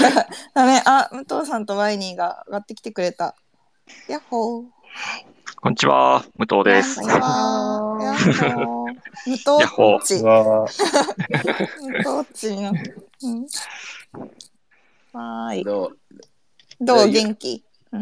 だね。あ、武藤さんとワイニーが上がってきてくれた。やっほー。 こんにちは、武藤です。 こんにちは。やっほー。武藤ヤッホー。 っち。 は、 武藤っちになって。うん。はーい。 どう、 どう元気？うん。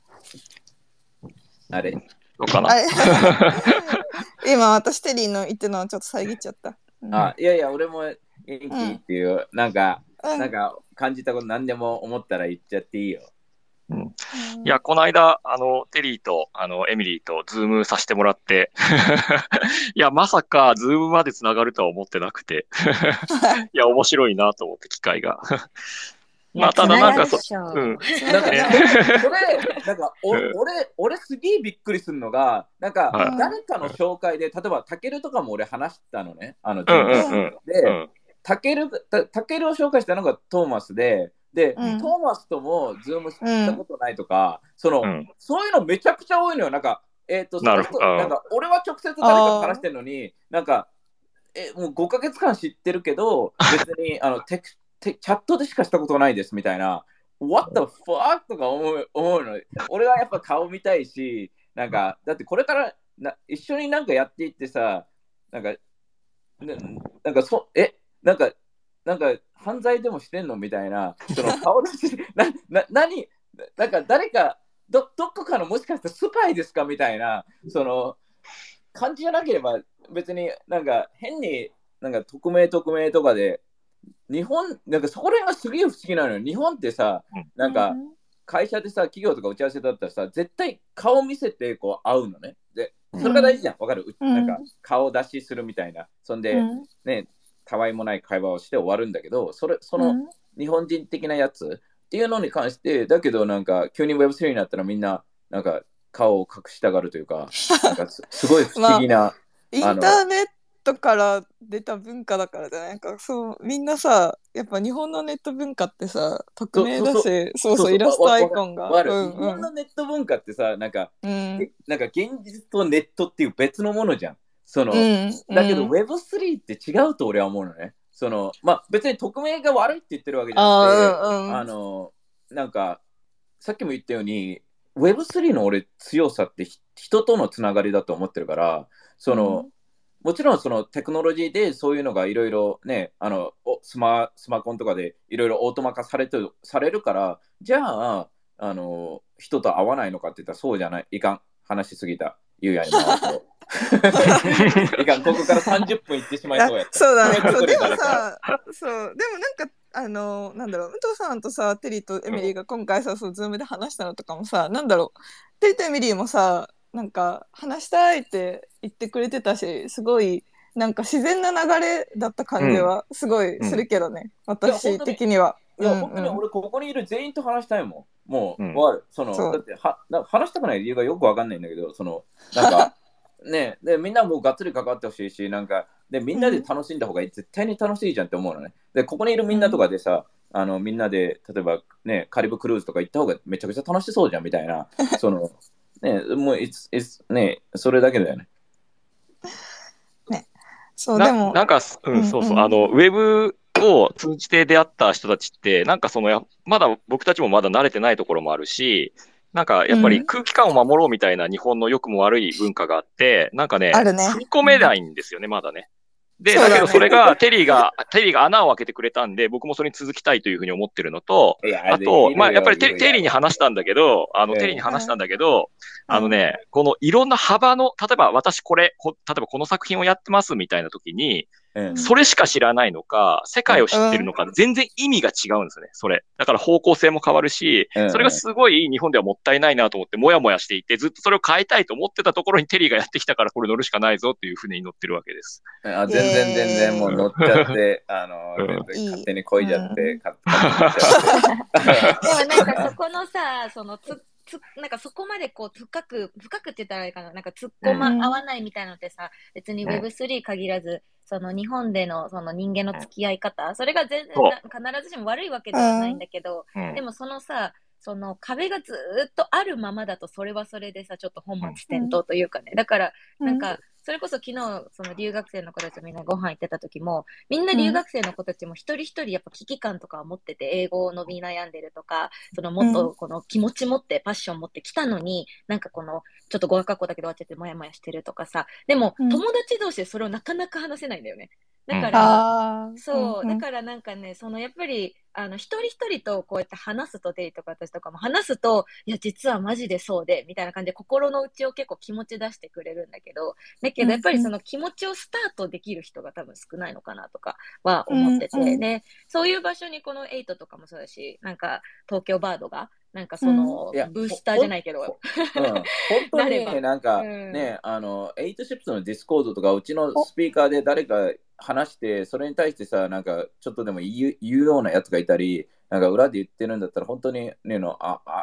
あれ、 どうかな。 あれ今私テリーの言ってるのをちょっと遮っちゃった。うん。 いやいや、俺も元気っていう、 うん。 感じたこと何でも思ったら言っちゃっていいよ。 うん、いうん。 や、この間、テリーと、エミリーとズームさせてもらって、いや、まさか、ズームまでつながるとは思ってなくて、いや、面白いなと思って、機会が。 いや、 まあ、たつながるだなんかっしょ。 うん。 なんか、 ね。 それ、俺すげえびっくりするのが、 はい。 誰かの紹介で、例えば、タケルとかも俺話したのね、ズうんームで。 うんうん。うで、 ん。 タケルを紹介したのがトーマスで、 うん。 トーマスともズームしうん。 たことないとか、 うん。 そういうのめちゃくちゃ多いのよ。そなるほど。 の人、俺は直接誰かと話してるのに、もう5ヶ月間知ってるけど、別にチャットでしかしたことないですみたいな、What the fuck とか思うの。俺はやっぱ顔見たいし、だってこれから一緒にやっていってさ、なんか、ななんかそ、え、なんか、犯罪でもしてんのみたいな、その顔出し、何、誰か、どこかのもしかしてスパイですかみたいな、その感じじゃなければ、別に変に匿名とかで、日本、そこら辺がすげえ不思議なのよ。日本ってさ、 うん。 なんか会社でさ、企業とか打ち合わせだったらさ、絶対顔見せてこう会うのね。で、それが大事じゃん。わかる？顔出しするみたいな。そんで、ね、たわいもない会話をして終わるんだけど、その日本人的なやつっていうのに関して、だけど急に Web3 になったらみんな、顔を隠したがるというか、すごい不思議な、 インターネットから出た文化だからじゃない？そうみんなさ、やっぱ日本のネット文化ってさ、匿名だし、イラストアイコンが。 日本のネット文化ってさ、現実とネットっていう別のものじゃん。だけど Web3 って違うと俺は思うのね。別に匿名が悪いって言ってるわけじゃなくて、さっきも言ったように Web3 の俺強さって人とのつながりだと思ってるから、もちろんそのテクノロジーでそういうのがいろいろね、スマコンとかでいろいろオートマ化されるから、じゃあ、人と会わないのかって言ったらそうじゃない。いかん。話しすぎた。ゆうやに回すと。いかん。ここから30分いってしまいそうやった。 そうだね。でもさ、なんだろう、武藤さんとさ、テリーとエミリーが今回さ、ズームで話したのとかもさ、テリーとエミリーもさ、話したいって言ってくれてたし、すごい自然な流れだった感じはすごいするけどね、私的には。 いや、本当に俺ここにいる全員と話したいもん。もう、だって話したくない理由がよくわかんないんだけど、ね、でみんなもうがっつり関わってほしいし、でみんなで楽しんだ方が絶対に楽しいじゃんって思うのね。で、ここにいるみんなとかでさ、みんなで例えばね、カリブクルーズとか行った方がめちゃくちゃ楽しそうじゃんみたいな、もうね、それだけだよね。 ね、そう、でも。 そうそう、ウェブを通じて出会った人たちって、まだ僕たちもまだ慣れてないところもあるし、やっぱり空気感を守ろうみたいな日本の良くも悪い文化があって、踏み込めないんですよね、まだね。で、だけどそれが、テリーが穴を開けてくれたんで、僕もそれに続きたいというふうに思ってるのと、あと、やっぱりテリーに話したんだけど、このいろんな幅の、例えば私例えばこの作品をやってますみたいな時に、それしか知らないのか、世界を知ってるのか、全然意味が違うんですよね、それ。だから方向性も変わるし、それがすごい日本ではもったいないなと思って、もやもやしていて、ずっとそれを変えたいと思ってたところにテリーがやってきたから、これ乗るしかないぞっていう船に乗ってるわけです。 全然、もう乗っちゃって、勝手に漕いじゃって、でもそこのさ、そこまでこう深くって言ったらあれかな、突っ込ま合わないみたいなのってさ、別に Web3 限らず、その日本でのその人間の付き合い方、それが全然必ずしも悪いわけではないんだけど、でもそのさ、その壁がずっとあるままだと、それはそれでさ、ちょっと本末転倒というかね。だから、 それこそ昨日、その留学生の子たちとみんなご飯行ってた時も、みんな留学生の子たちも一人一人やっぱ危機感とかを持ってて、英語を伸び悩んでるとか、そのもっとこの気持ち持って、パッション持ってきたのに、なんかこの、ちょっと語学学校だけど終わっちゃってもやもやしてるとかさ、でも、友達同士でそれをなかなか話せないんだよね。だから、そう、だからなんかね、そのやっぱり、一人一人とこうやって話すと、デイとか私とかも話すと、いや、実はマジでそうで、みたいな感じで心の内を結構気持ち出してくれるんだけど、だけどやっぱりその気持ちをスタートできる人が多分少ないのかなとかは思ってて、で、そういう場所にこのエイトとかもそうだし、なんか東京バードが、なんかその、ブースターじゃないけど、 本当にね、なんかね、エイトシップスのディスコードとか、うちのスピーカーで誰か話して、それに対してさ、なんかちょっとでも言うようなやつがいたり、なんか裏で言ってるんだったら、本当に、I'll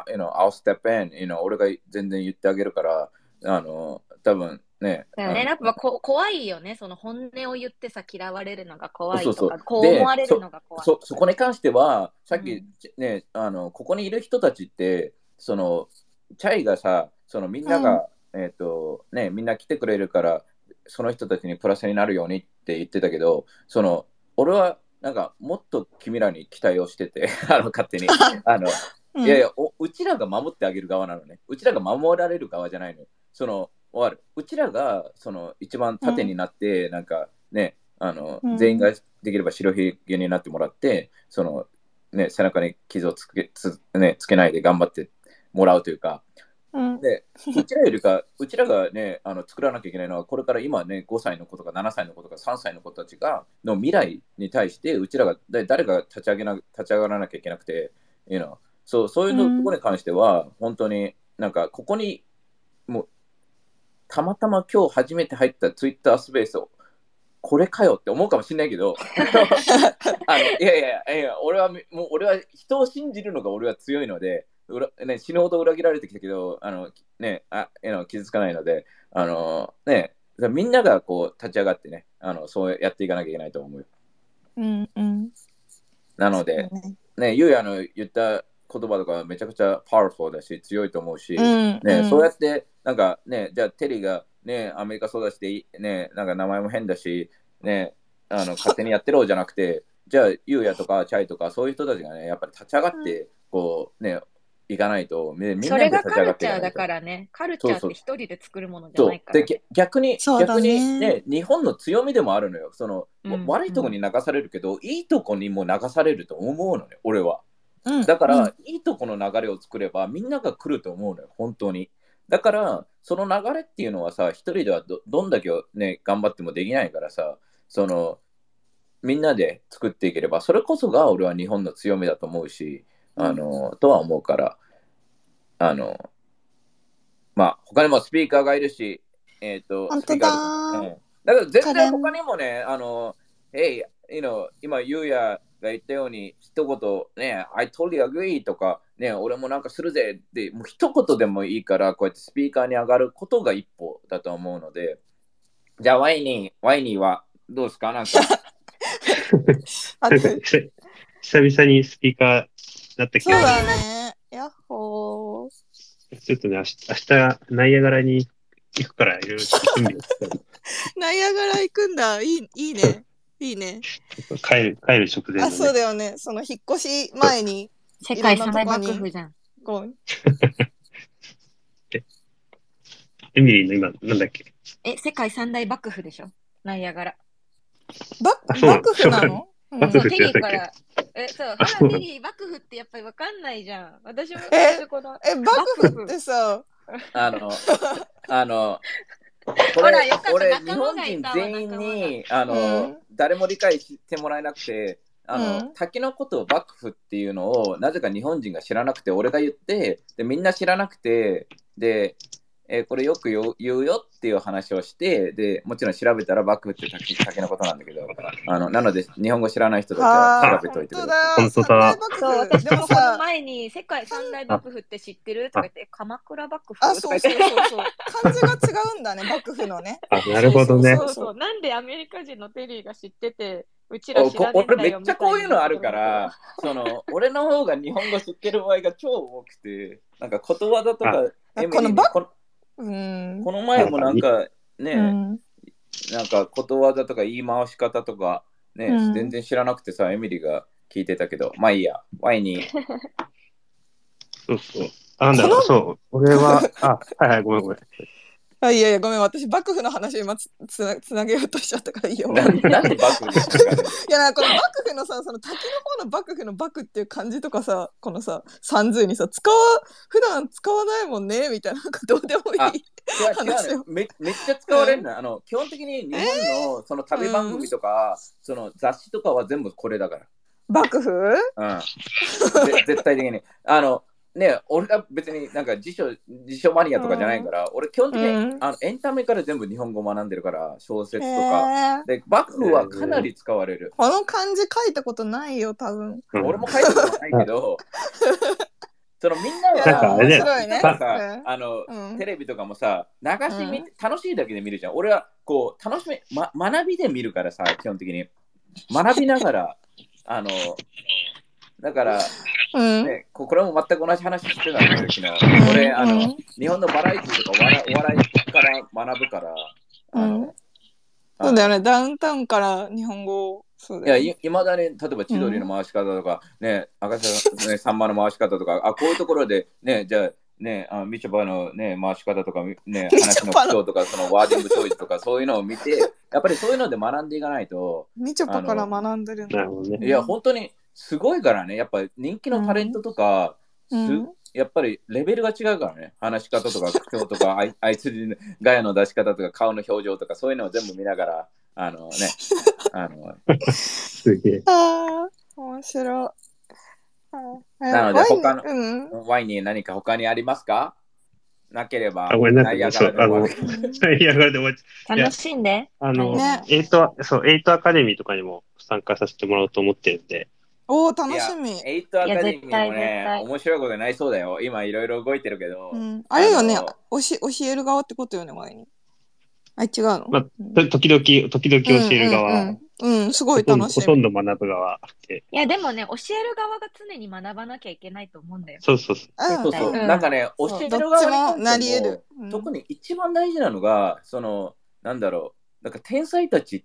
step in、俺が全然言ってあげるから、多分ね。 だよね、やっぱ怖いよね、その本音を言ってさ、嫌われるのが怖いとか、こう思われるのが怖い。 そこに関しては、さっきね、ここにいる人たちって、その、チャイがさ、そのみんなが、みんな来てくれるから、その人たちにプラスになるようにって言ってたけど、その、俺は、なんか、もっと君らに期待をしてて、勝手に。いやいやうちらが守ってあげる側なのね。うちらが守られる側じゃないの。その、うちらが、その、一番盾になって、なんか、ね、全員ができれば白ひげになってもらって、その、ね、背中に傷をつけないで頑張ってもらうというか、で、うちらがね、作らなきゃいけないのは、これから今ね、5歳の子とか7歳の子とか3歳の子たちの未来に対して、うちらが誰が立ち上がらなきゃいけなくて、そういうところに関しては、本当になんか、ここに、もう、たまたま今日初めて入ったツイッタースペースを、これかよって思うかもしれないけど、いや、俺は人を信じるのが俺は強いので、死ぬほど裏切られてきたけど、傷つかないので、みんながこう立ち上がってね、そうやっていかなきゃいけないと思うよ。なので、ゆうやの言った言葉とかめちゃくちゃパワフルだし、強いと思うし、そうやって、なんかね、じゃあテリーがね、アメリカ育ちでね、なんか名前も変だし、ね、勝手にやってろじゃなくて、じゃあ、ゆうやとかチャイとか、そういう人たちがね、やっぱり立ち上がって、こうね、いかないと、みんなそれがカルチャーだからね、カルチャーって一人で作るものじゃないから、ね。 で逆にね、日本の強みでもあるのよ。その、悪いとこに流されるけど、いいとこにも流されると思うのね、俺は。だから、いいとこの流れを作れば、みんなが来ると思うのよ、本当に。だから、その流れっていうのはさ、一人ではどんだけね、頑張ってもできないからさ、その、みんなで作っていければ、それこそが俺は日本の強みだと思うし、とは思うから、まあ、他にもスピーカーがいるし、スピーカーだから全然他にもね、今、ゆうやが言ったように、一言ね、I totally agree とか、ね、俺もなんかするぜって、もう一言でもいいから、こうやってスピーカーに上がることが一歩だと思うので、じゃあ、ワイニーはどうですかなんか。 久々にスピーカーだった気がそうだね。ヤッホー。 ちょっとね、明日、ナイアガラに行くから、いろいろ準備をして。 ナイアガラ行くんだ。いいね。いいね。 帰る直前、ね。 そうだよね。その引っ越し前に。 世界三大幕府じゃん。 エミリーの今、なんだっけ世界三大幕府でしょナイアガラ。 幕府なのそう、テリーから。そう、テリー、幕府ってやっぱりわかんないじゃん。私もこの。 幕府ってさ。 俺、日本人全員に、誰も理解してもらえなくて、滝のことを幕府っていうのを、なぜか日本人が知らなくて、俺が言って、で、みんな知らなくて、で、これよく言うよっていう話をして、で、もちろん調べたら幕府って滝のことなんだけど、なので、日本語知らない人たちは調べといてください。 本当だ。 そう、私もこの前に、世界三大幕府って知ってるとか言って、鎌倉幕府とか言って。 そう。漢字が違うんだね、幕府のね。 なるほどね。 そう。なんでアメリカ人のテリーが知ってて、うちら知らねえんだよ。 俺めっちゃこういうのあるから、俺の方が日本語知ってる場合が超多くて、なんかことわざとか、 この前もなんかね、 なんかことわざとか言い回し方とかね、 うん全然知らなくてさ、エミリーが聞いてたけど、まあいいや、ワイに。 そうそう。なんだろう、そう。俺は、はいはい、ごめんごめん。 あ、いやいや、ごめん、私、幕府の話今つなげようとしちゃったからいいよ。 なんで幕府につながるんだよ。 いや、なんかこの幕府のさ、その滝の方の幕府の幕っていう漢字とかさ、このさ、三髄にさ、普段使わないもんね、みたいな、なんかどうでもいあい。 違うね。めっちゃ使われるの。基本的に日本のその旅番組とか、その雑誌とかは全部これだから。 幕府絶対的に。ね、俺が別になんか辞書マニアとかじゃないから、俺基本的に、エンタメから全部日本語を学んでるから、小説とか。で、幕府はかなり使われる。 この漢字書いたことないよ、多分。 俺も書いたことないけど、そのみんななんかあれだよ面白いね。 さ、テレビとかもさ、流し見て、楽しいだけで見るじゃん。俺はこう、学びで見るからさ、基本的に。学びながら、だから、ね、これも全く同じ話してたんだけど、昨日。俺、日本のバラエティとかお笑いから学ぶから、 そうだよね、ダウンタウンから日本語。 いや、いまだに、例えば千鳥の回し方とか、ね、赤坂さんまの回し方とか、こういうところで、ね、じゃあ、ね、みちょぱの、ね、回し方とか、ね、話の口調とか、そのワーディングチョイスとか、そういうのを見て、やっぱりそういうので学んでいかないと。 みちょぱから学んでるんだ。 いや、本当にすごいからね、やっぱり人気のタレントとか、やっぱりレベルが違うからね、話し方とか口調とか、あいつガヤの出し方とか、顔の表情とか、そういうのを全部見ながら、 すげえ。 面白い。 なので、他の、ワインに何か他にありますか？なければ、 ナイアガラで終わっ楽しんで。 エイトアカデミーとかにも参加させてもらおうと思ってるんで。 おー、楽しみ。 エイトアカデミーもね、面白いことになりそうだよ。今いろいろ動いてるけど。 あれよね、教える側ってことよね、前に。違うの？ まあ、時々教える側。 すごい楽しみ。 ほとんど学ぶ側で。 いや、でもね、教える側が常に学ばなきゃいけないと思うんだよ。 そう。 なんかね、教える側になり得る。 特に一番大事なのが、なんだろう、なんか天才たちって、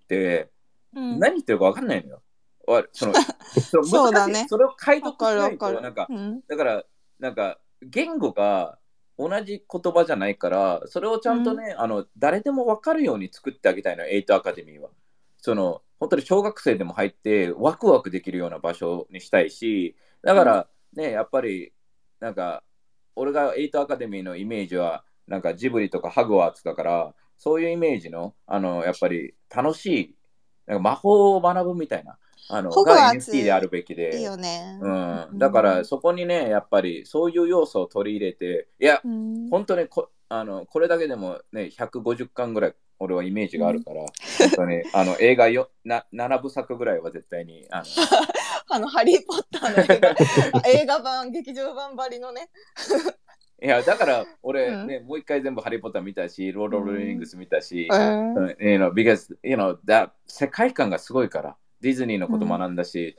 何言ってるか分かんないのよ。 そうだね。 それを解読しないと、なんか、だから、なんか、言語が同じ言葉じゃないから、それをちゃんとね、誰でも分かるように作ってあげたいの、エイトアカデミーは。本当に小学生でも入ってワクワクできるような場所にしたいし、だからね、やっぱりなんか俺がエイトアカデミーのイメージはなんかジブリとかハグワーツだから、そういうイメージのやっぱり楽しいなんか魔法を学ぶみたいなが NFT であるべきで、 いいよね。 だからそこにねやっぱりそういう要素を取り入れて、いや、本当にこれだけでもね150巻ぐらい俺はイメージがあるから、本当に映画7部作ぐらいは絶対にハリー・ポッターの映画版劇場版ばりのね。 いやだから俺ね、もう一回全部ハリー・ポッター見たし、ロード・オブ・リングス見たし、because that 世界観がすごいから、ディズニーのこと学んだし、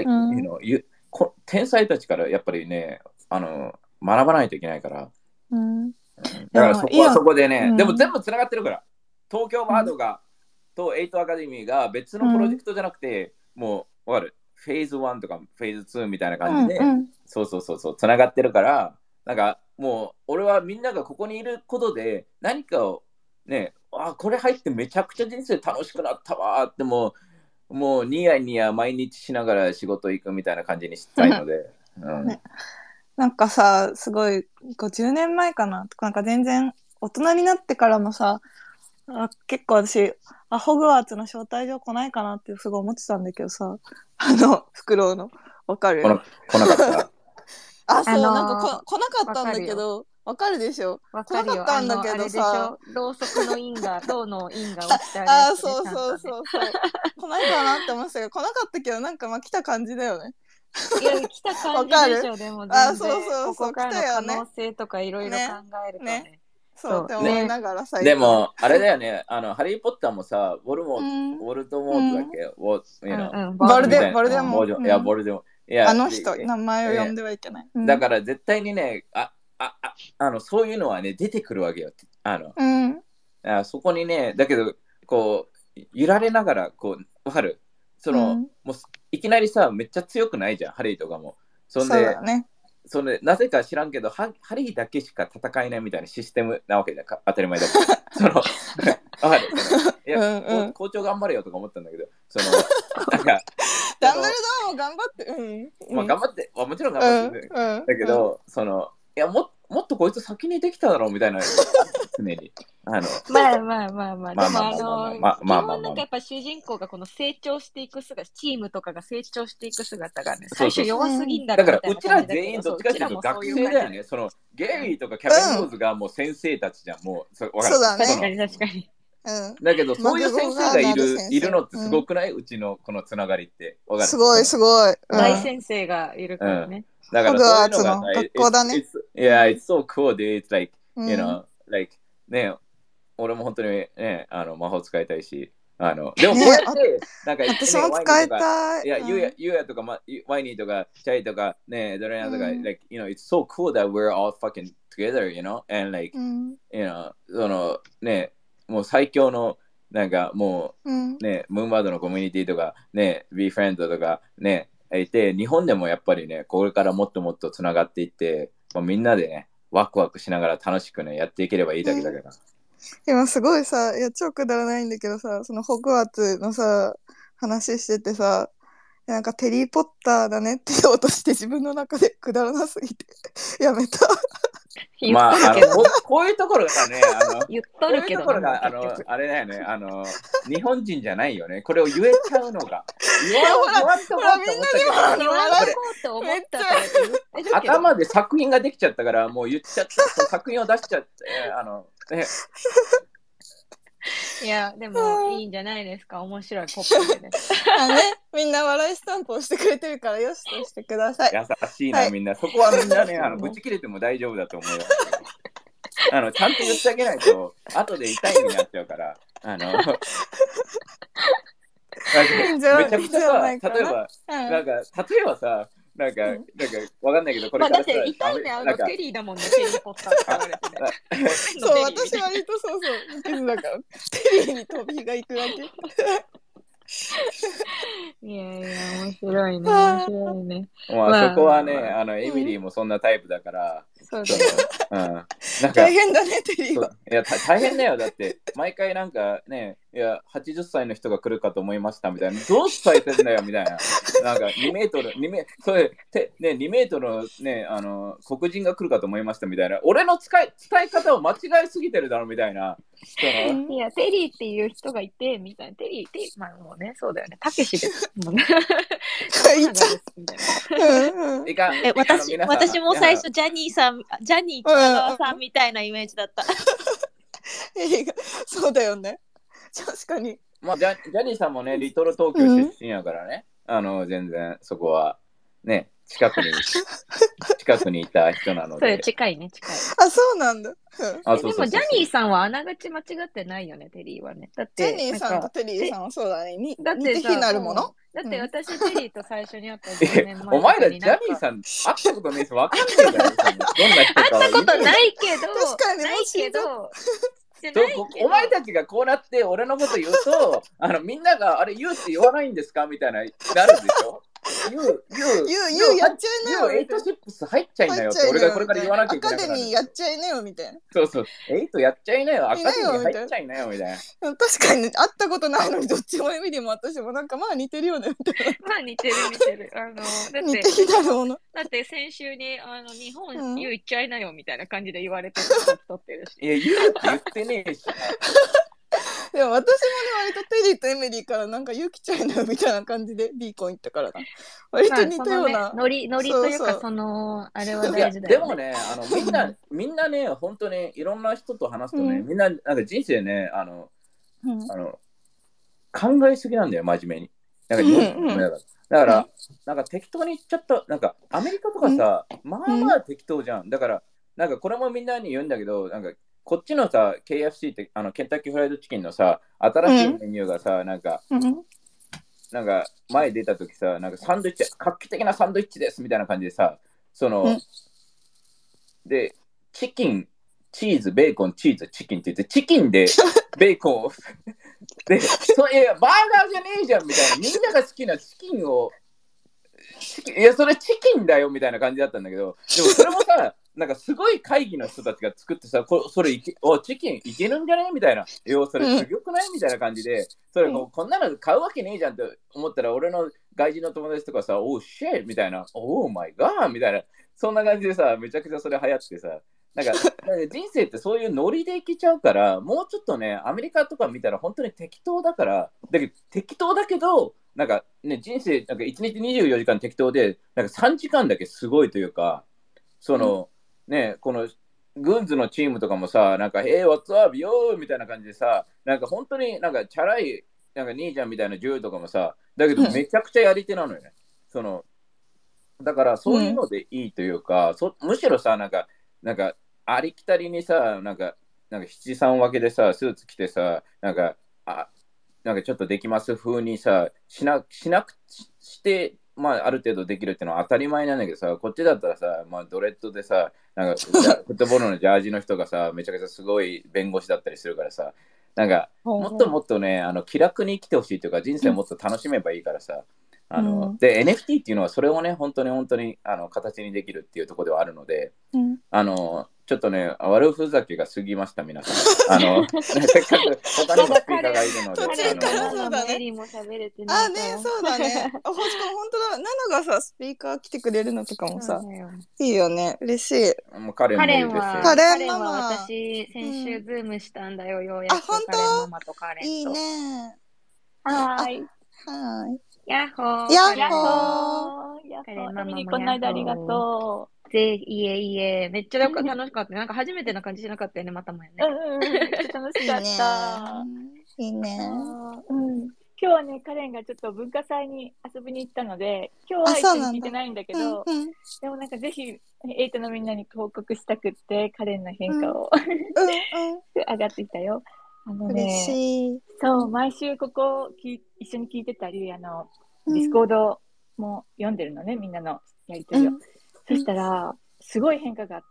天才たちからやっぱりね学ばないといけないから、だからそこはそこでね、でも全部つながってるから。東京バードとエイトアカデミーが別のプロジェクトじゃなくて、もうわかる、フェーズ1とかフェーズ2みたいな感じで、そうつながってるから、なんかもう俺はみんながここにいることで何かをね、これ入ってめちゃくちゃ人生楽しくなったわってもうニヤニヤ毎日しながら仕事行くみたいな感じにしたいので、 なんかさ、すごい10年前かなとか、なんか全然大人になってからもさ、結構私ホグワーツの招待状来ないかなってすごい思ってたんだけどさ、フクロウのわかる？ 来なかったそう、なんか来なかったんだけど、わかるでしょ？ わかるよ。 来なかったんだけどさ、 ろうそくの銅の印が落ちてある。 そう来ないかなって思ってたけど、来なかったけど、なんか来た感じだよね。 いや、来た感じでしょ。でも全然ここからの可能性とかいろいろ考えるとね。 そうって思いながらさ、 でもあれだよね、ハリー・ポッターもさ、ウォルトモートだっけ、ボルデモいや、 人名前を呼んではいけない。 だから絶対にね、そういうのはね出てくるわけよ。そこにね、だけどこう揺られながらこうわかるもういきなりさめっちゃ強くないじゃんハリーとかも。そんでそうだね。 なぜか知らんけどハリーだけしか戦えないみたいなシステムなわけじゃん当たり前だけどわかるいや、校長頑張れよとか思ったんだけどなんかダンブルドアも頑張って、 まあ頑張って、もちろん頑張ってる、だけど、いやもっとこいつ先にできただろうみたいな常にまあ、でも基本なんかやっぱ主人公がこの成長していく姿、チームとかが成長していく姿がね、最初弱すぎんだろうみたいな。だからうちら全員どっちかっていうと学生だよね。ゲリーとかキャビン・ローズがもう先生たちじゃん、もうそうだね。 確かに。 だけどそういう先生がいるのってすごくない？うちのこのつながりって。 すごい。 大先生がいるからね。 だからそういうのが学校だね。 Yeah, it's so cool, dude. It's like, you know, like ね、俺も本当にね、魔法使いたいし、でもこうやってなんか私も使いたい。 いや、ゆうやとかワイニーとかチャイとかね、ドレナとか、like, you know, it's so cool that we're all fucking together, you know, and like, you know, ね、もう最強のなんかもうね、ムーンバードのコミュニティとかね、Be Friend とかね。いて日本でもやっぱりねこれからもっともっとつながっていって、みんなでねワクワクしながら楽しくねやっていければいいだけだから、 今すごいさ、いや超くだらないんだけどさ、そのホグワーツのさ話しててさ、なんかテリーポッターだねって言おうとして自分の中でくだらなすぎてやめた。 まあこういうところがね言っとるけど、 こういうところがあれだよね日本人じゃないよねこれを言えちゃうのが言わんとこうと思ったけど頭で作品ができちゃったからもう言っちゃった作品を出しちゃってねいやでもいいんじゃないですか、面白いポップでねみんな笑いスタンプをしてくれてるからよしとしてください。 優しいな、みんなそこはみんなねぶち切れても大丈夫だと思うよちゃんと言ってあげないと後で痛い目になっちゃうからめちゃくちゃさ例えばさなんかわかんないけどこれからさ、 だって痛いねテリーだもんねテリーポッターって言われてねそう私割とそう無傷だからテリーに飛びが行くだけいや面白いねまあそこはねエミリーもそんなタイプだから、 そうだよなんか大変だねテリーは。 いや大変だよだって毎回なんかねいや80歳の人が来るかと思いましたみたいなどう伝えてんだよみたいななんか2メートルそれね2メートルのね黒人が来るかと思いましたみたいな俺の伝え方を間違えすぎてるだろみたいないやテリーっていう人がいてみたいなテリーまあもうねそうだよねたけしですもんね私も最初ジャニー北川さんみたいなイメージだったそうだよね確かに。 まあジャニーさんもねリトル東京出身やからね、全然そこはね近くにいた人なので。 そう近い。 あ、そうなんだ。 でもジャニーさんはあながち間違ってないよね、テリーはね。だってジャニーさんとテリーさんはそうだね。 だって似て非なるもの。 だって私、テリーと最初に会った10年前お前らジャニーさん会ったことないし分かんないだろ。どんな人か。 会ったことないけど。 確かにないけど。 お前たちがこうなって俺のこと言うとみんながあれ言うって言わないんですかみたいななるでしょ言うやっちゃいなよ。 エイトシップス入っちゃいなよって俺がこれから言わなきゃいけない。 アカデミーやっちゃいなよみたいな。 そうエイトやっちゃいなよアカデミー入っちゃいなよみたいな。 確かに会ったことないのにどっちもエミリーも私もなんかまあ似てるよねみたいな。 まあ似てるだ似て非なるもの。 だって先週に日本言っちゃいなよみたいな感じで言われて撮ってるし。 いや言うって言ってねえし。 でも私もね割とテリーとエミリーからなんかユキちゃんだみたいな感じでビーコン行ったからな。割と似たような。 ノリというかあれは大事だよね。 でもねみんなね本当にいろんな人と話すとね、みんななんか人生ね考えすぎなんだよ真面目に。だからなんか適当に言っちゃったなんかアメリカとかさ、まあ適当じゃん。だからなんかこれもみんなに言うんだけどなんかこっちのさ KFC ってケンタッキーフライドチキンのさ新しいメニューがさ、なんか前出た時さなんかサンドイッチ画期的なサンドイッチですみたいな感じでさでチキンチーズベーコンチーズチキンって言ってチキンでベーコンをで、バーガーじゃねえじゃんみたいな、みんなが好きなチキンを、いや、それチキンだよみたいな感じだったんだけど、でもそれもさ、なんかすごい会議の人たちが作ってさ、それチキンいけるんじゃねみたいな、それすごくないみたいな感じで、それこんなの買うわけねえじゃんって思ったら、俺の外人の友達とかさ、シェーみたいな、マイガーみたいな、そんな感じでさ、めちゃくちゃそれ流行ってさ、なんか人生ってそういうノリでいけちゃうから、もうちょっとね、アメリカとか見たら本当に適当だから、適当だけど、なんかね、人生、なんか1日24時間適当で、なんか3時間だけすごいというか、その、ね、この、グンズのチームとかもさ、なんか、what's up, yo! みたいな感じでさ、なんか本当になんかチャラい、なんか兄ちゃんみたいな銃とかもさ、だけどめちゃくちゃやり手なのよね。その、だからそういうのでいいというか、むしろさ、なんかありきたりにさ、なんか七三分けでさ、スーツ着てさ、なんかちょっとできます風にさ、して、まあ、ある程度できるっていうのは当たり前なんだけどさ、こっちだったらさ、まあ、ドレッドでさ、なんかフットボールのジャージの人がさ、めちゃくちゃすごい弁護士だったりするからさ、なんか、もっともっとね、気楽に生きてほしいというか、人生もっと楽しめばいいからさ、で、NFT っていうのはそれをね、本当に形にできるっていうところではあるので、ちょっとね、悪ふざけが過ぎました、皆さん。せっかく他にもスピーカーがいるので。 途中からそうだね。 エリも喋れてあ、ね、そうだね。本当だ。ナノがさ、スピーカー来てくれるのとかもさ、いいよね。嬉しい。 もうカレンもいいですよ。 カレンママ。 私、先週ズームしたんだよ、ようやく。 本当？ カレンママとカレンと。 いいね。 はい。 ヤッホー。 ヤッホー。カレンママもこの間ありがとう。 いえ。めっちゃ楽しかった。なんか初めてな感じしなかったよね、またもやね。 楽しかった。 いいね。 今日はね、カレンがちょっと文化祭に遊びに行ったので、今日は一緒に聞いてないんだけど、でもなんかぜひ、エイトのみんなに報告したくって、カレンの変化を上がってきたよ。 嬉しい。 そう、毎週ここ一緒に聞いてたり、ディスコードも読んでるのね、みんなのやりとりを。そしたら、すごい変化があって、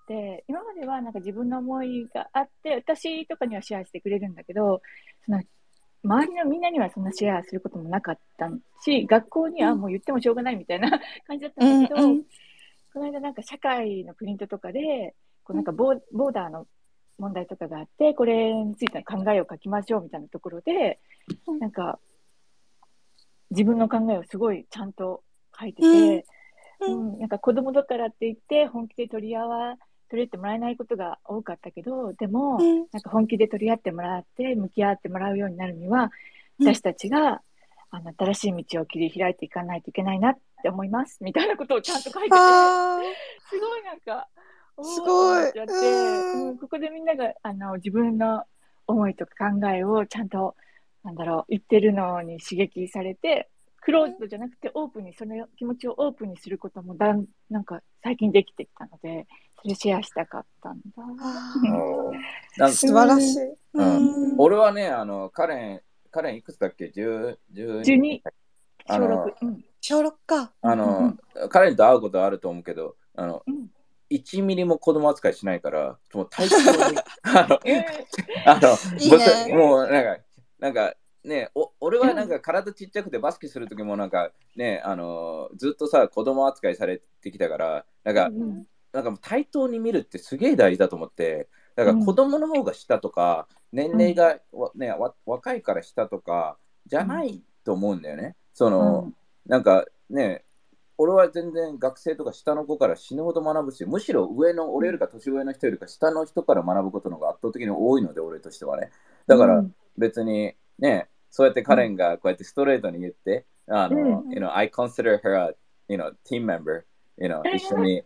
今まではなんか自分の思いがあって、私とかにはシェアしてくれるんだけど、その周りのみんなにはそんなシェアすることもなかったし、学校にはもう言ってもしょうがないみたいな感じだったんだけど、この間なんか社会のプリントとかで、こうなんかボーダーの問題とかがあって、これについての考えを書きましょうみたいなところで、なんか自分の考えをすごいちゃんと書いてて、なんか子供だからって言って本気で取り合ってもらえないことが多かったけど、でも、なんか本気で取り合ってもらって向き合ってもらうようになるには、私たちが新しい道を切り開いていかないといけないなって思いますみたいなことをちゃんと書いてて、すごいなんかすごい、 ここでみんなが自分の思いとか考えをちゃんと言ってるのに刺激されて、クローズドじゃなくてオープンに、その気持ちをオープンにすることもなんか最近できてきたので、それシェアしたかったんだ。 素晴らしい。 俺はね、カレンいくつだっけ？12。 小6か。 カレンと会うことあると思うけど、1ミリも子供扱いしないから、もう体調にもうなんかね、俺はなんか体ちっちゃくてバスケするときもなんかね、ずっとさ子供扱いされてきたから、なんか対等に見るってすげえ大事だと思って、だから子供の方が下とか、年齢が、ね、若いから下とかじゃないと思うんだよね。なんかね、俺は全然学生とか下の子から死ぬほど学ぶし、むしろ俺よりか年上の人よりか下の人から学ぶことの方が圧倒的に多いので、俺としてはね。だから別にね、そうやってカレンがこうやってストレートに言って、I consider her a team member, 一緒に、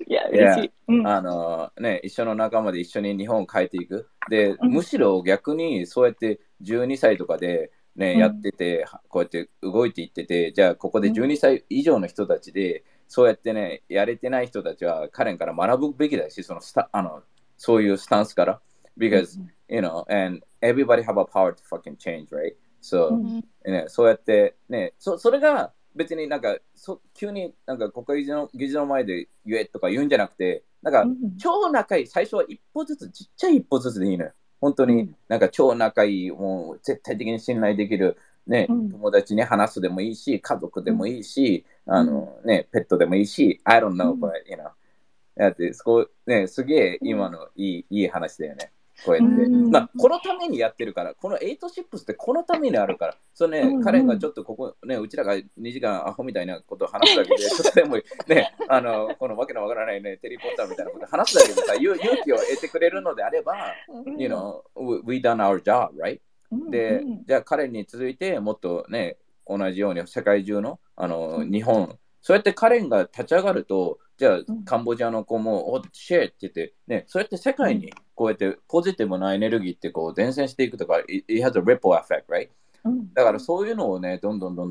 一緒の仲間で一緒に日本を変えていく。で、むしろ逆にそうやって12歳とかで、ね、やってて、こうやって動いていってて、じゃあここで12歳以上の人たちで、そうやってね、やれてない人たちはカレンから学ぶべきだし、そういうスタンスから。Because, and everybody have a power to fucking change, right? So, そうやってね、それが別になんか急になんか国会議事の前で言えとか言うんじゃなくて、なんか超仲いい、最初はちっちゃい一歩ずつでいいのよ。 本当になんか超仲いい、もう絶対的に信頼できる、ね、友達に話すでもいいし、家族でもいいし、ね、ペットでもいいし、I don't know, but,だって、ね、すげえ今のいい話だよね。こうやって。まあ、このためにやってるから、この8シップスってこのためにあるから、そうね、彼がちょっとここ、ね、うちらが2時間アホみたいなことを話すだけで、ちょっとでもね、このわけのわからないね、テリー・ポッターみたいなことを話すだけでさ、勇気を得てくれるのであれば、we done our job, right? で、じゃあ彼に続いて、もっとね、同じように世界中の、日本、そうやって彼が立ち上がると、じゃあカンボジアの子も、シェーって言って、ね、そうやって世界にこうやってポジティブなエネルギーってこう伝染していくとか、it has a ripple effect, right? だからそういうのをね、どんどん、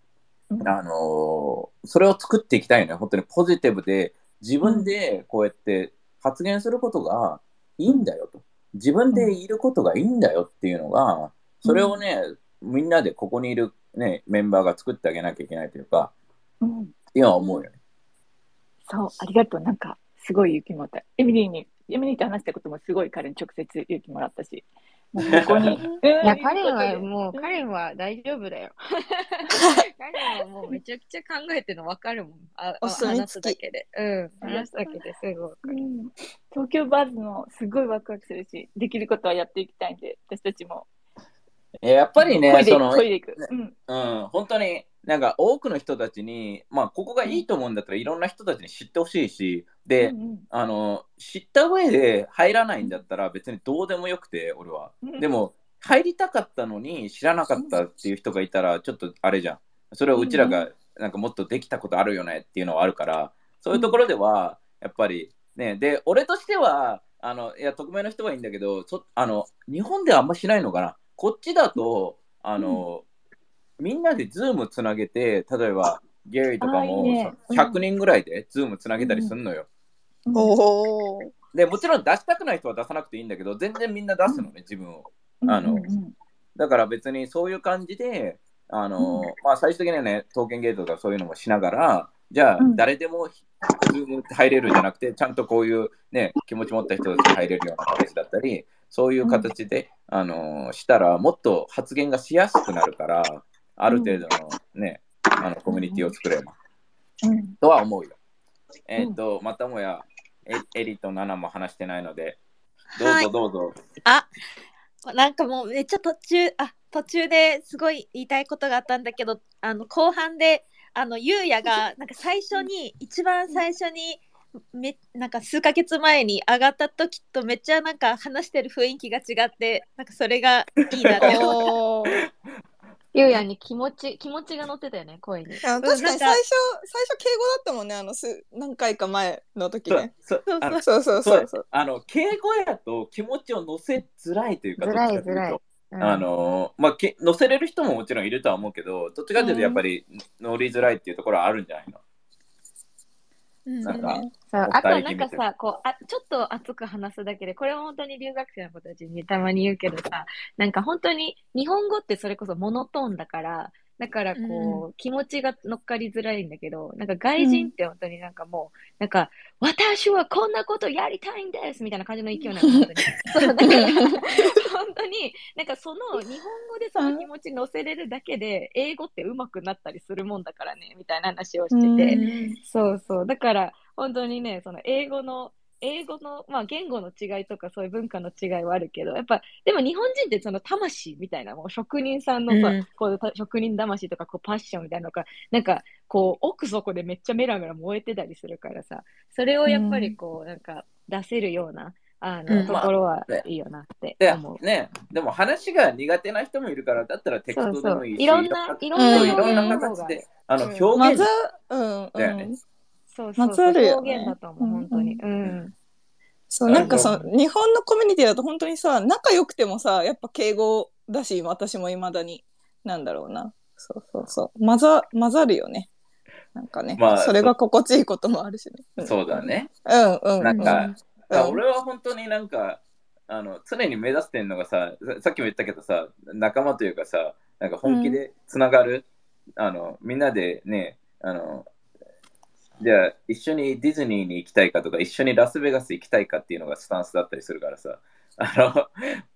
それを作っていきたいね。本当にポジティブで、自分でこうやって発言することがいいんだよと。自分でいることがいいんだよっていうのが、それをね、みんなでここにいる、ね、メンバーが作ってあげなきゃいけないというか、今思うよね。 そう、ありがとう。なんか、すごい勇気もらった。エミリーと話したこともすごい彼に直接勇気もらったし、もうここに。 いや、カレンは大丈夫だよ。カレンはもうめちゃくちゃ考えてるの分かるもん。話すだけで。話すだけですぐ分かる。 東京バズもすごいワクワクするし、できることはやっていきたいんで、私たちも。 やっぱりね、 本当になんか多くの人たちに、まあ、ここがいいと思うんだったらいろんな人たちに知ってほしいし、で、知った上で入らないんだったら別にどうでもよくて、俺は。でも、入りたかったのに知らなかったっていう人がいたら、ちょっとあれじゃん。それをうちらがなんかもっとできたことあるよねっていうのはあるから、そういうところでは、やっぱりね、で、俺としては、いや、匿名の人はいいんだけど、日本ではあんましないのかな。こっちだと、みんなでズームつなげて、例えば、ゲイリーとかも100人ぐらいでズームつなげたりするのよ。で、もちろん出したくない人は出さなくていいんだけど、全然みんな出すのね、自分を。だから別にそういう感じで、まあ、最終的にはね、トーケンゲートとかそういうのもしながら、じゃあ、誰でもズーム入れるじゃなくて、ちゃんとこういうね、気持ち持った人たちが入れるような形だったり、そういう形で、したら、もっと発言がしやすくなるから、ある程度のね、コミュニティを作れば。とは思うよ。またもや、エリとナナも話してないので、どうぞ。 なんかもうめっちゃ途中ですごい言いたいことがあったんだけど、後半で、ゆうやが、なんか一番最初に、なんか数ヶ月前に上がった時とめっちゃなんか話してる雰囲気が違って、なんかそれがいいなって思った。 ゆうやに気持ちが乗ってたよね、声に。 確かに最初敬語だったもんね、何回か前の時ね。そう。 敬語やと気持ちを乗せづらいというか、 づらい。 まあ、乗せれる人ももちろんいるとは思うけど、どっちかというとやっぱり乗りづらいっていうところはあるんじゃないの？ なんかあとなんかさ、ちょっと熱く話すだけで、これは本当に留学生の子たちにたまに言うけどさ、なんか本当に日本語ってそれこそモノトーンだから、気持ちが乗っかりづらいんだけど、なんか外人って本当になんかもう、なんか、私はこんなことやりたいんですみたいな感じの勢いなの、本当に。そう、だから、本当に、なんか日本語でその気持ち乗せれるだけで、英語って上手くなったりするもんだからね、みたいな話をしてて。そう。だから、本当にね、その英語の、まあ、言語の違いとかそういう文化の違いはあるけど、やっぱ、でも日本人ってその魂みたいな、もう職人さんのさ、こう職人魂とかパッションみたいなのが、なんか、奥底でめっちゃメラメラ燃えてたりするからさ、それをやっぱりなんか出せるような、ところはいいよなって思う。 ね、でも話が苦手な人もいるから、だったらテクストでもいいし、 いろんな形で、表現だよね。 そう表現だと思う、本当に。 そう、なんか日本のコミュニティだと本当にさ、仲良くてもさ、やっぱ敬語だし、私も未だに、なんだろうな。そう。混ざるよね。なんかね、それが心地いいこともあるしね。 そうだね。 なんか、俺は本当になんか、常に目指してんのがさっきも言ったけどさ、仲間というかさ、なんか本気でつながる、みんなでね、じゃあ一緒にディズニーに行きたいかとか、一緒にラスベガス行きたいかっていうのがスタンスだったりするからさ、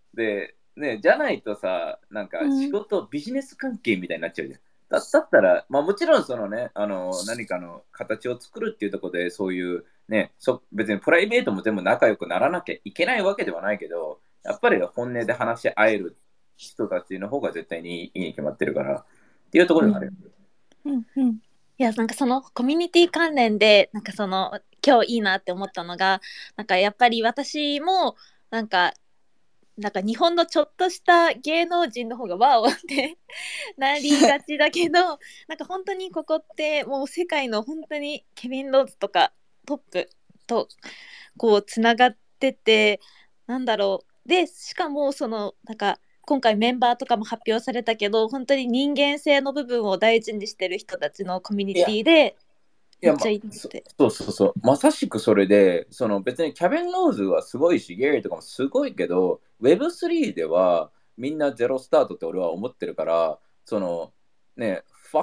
で、ね、じゃないとさ、なんか仕事、ビジネス関係みたいになっちゃうじゃん。だったら、まあもちろんそのね、何かの形を作るっていうところで、そういうね、別にプライベートも全部仲良くならなきゃいけないわけではないけど、やっぱり本音で話し合える人たちの方が絶対にいいに決まってるから、っていうところがあるよ。 いや、なんかそのコミュニティ関連で、なんかその今日いいなって思ったのが、なんかやっぱり私もなんか日本のちょっとした芸能人の方がワオってなりがちだけど、なんか本当にここってもう世界の本当にケビン・ローズとかトップとこうつながってて、なんだろう。で、しかもそのなんか今回メンバーとかも発表されたけど、本当に人間性の部分を大事にしてる人たちのコミュニティでめっちゃいいって。 そう。まさしくそれで、その別にキャビン・ローズはすごいし、ゲイリーとかもすごいけど、Web3 ではみんなゼロスタートって俺は思ってるから、そのね、fuck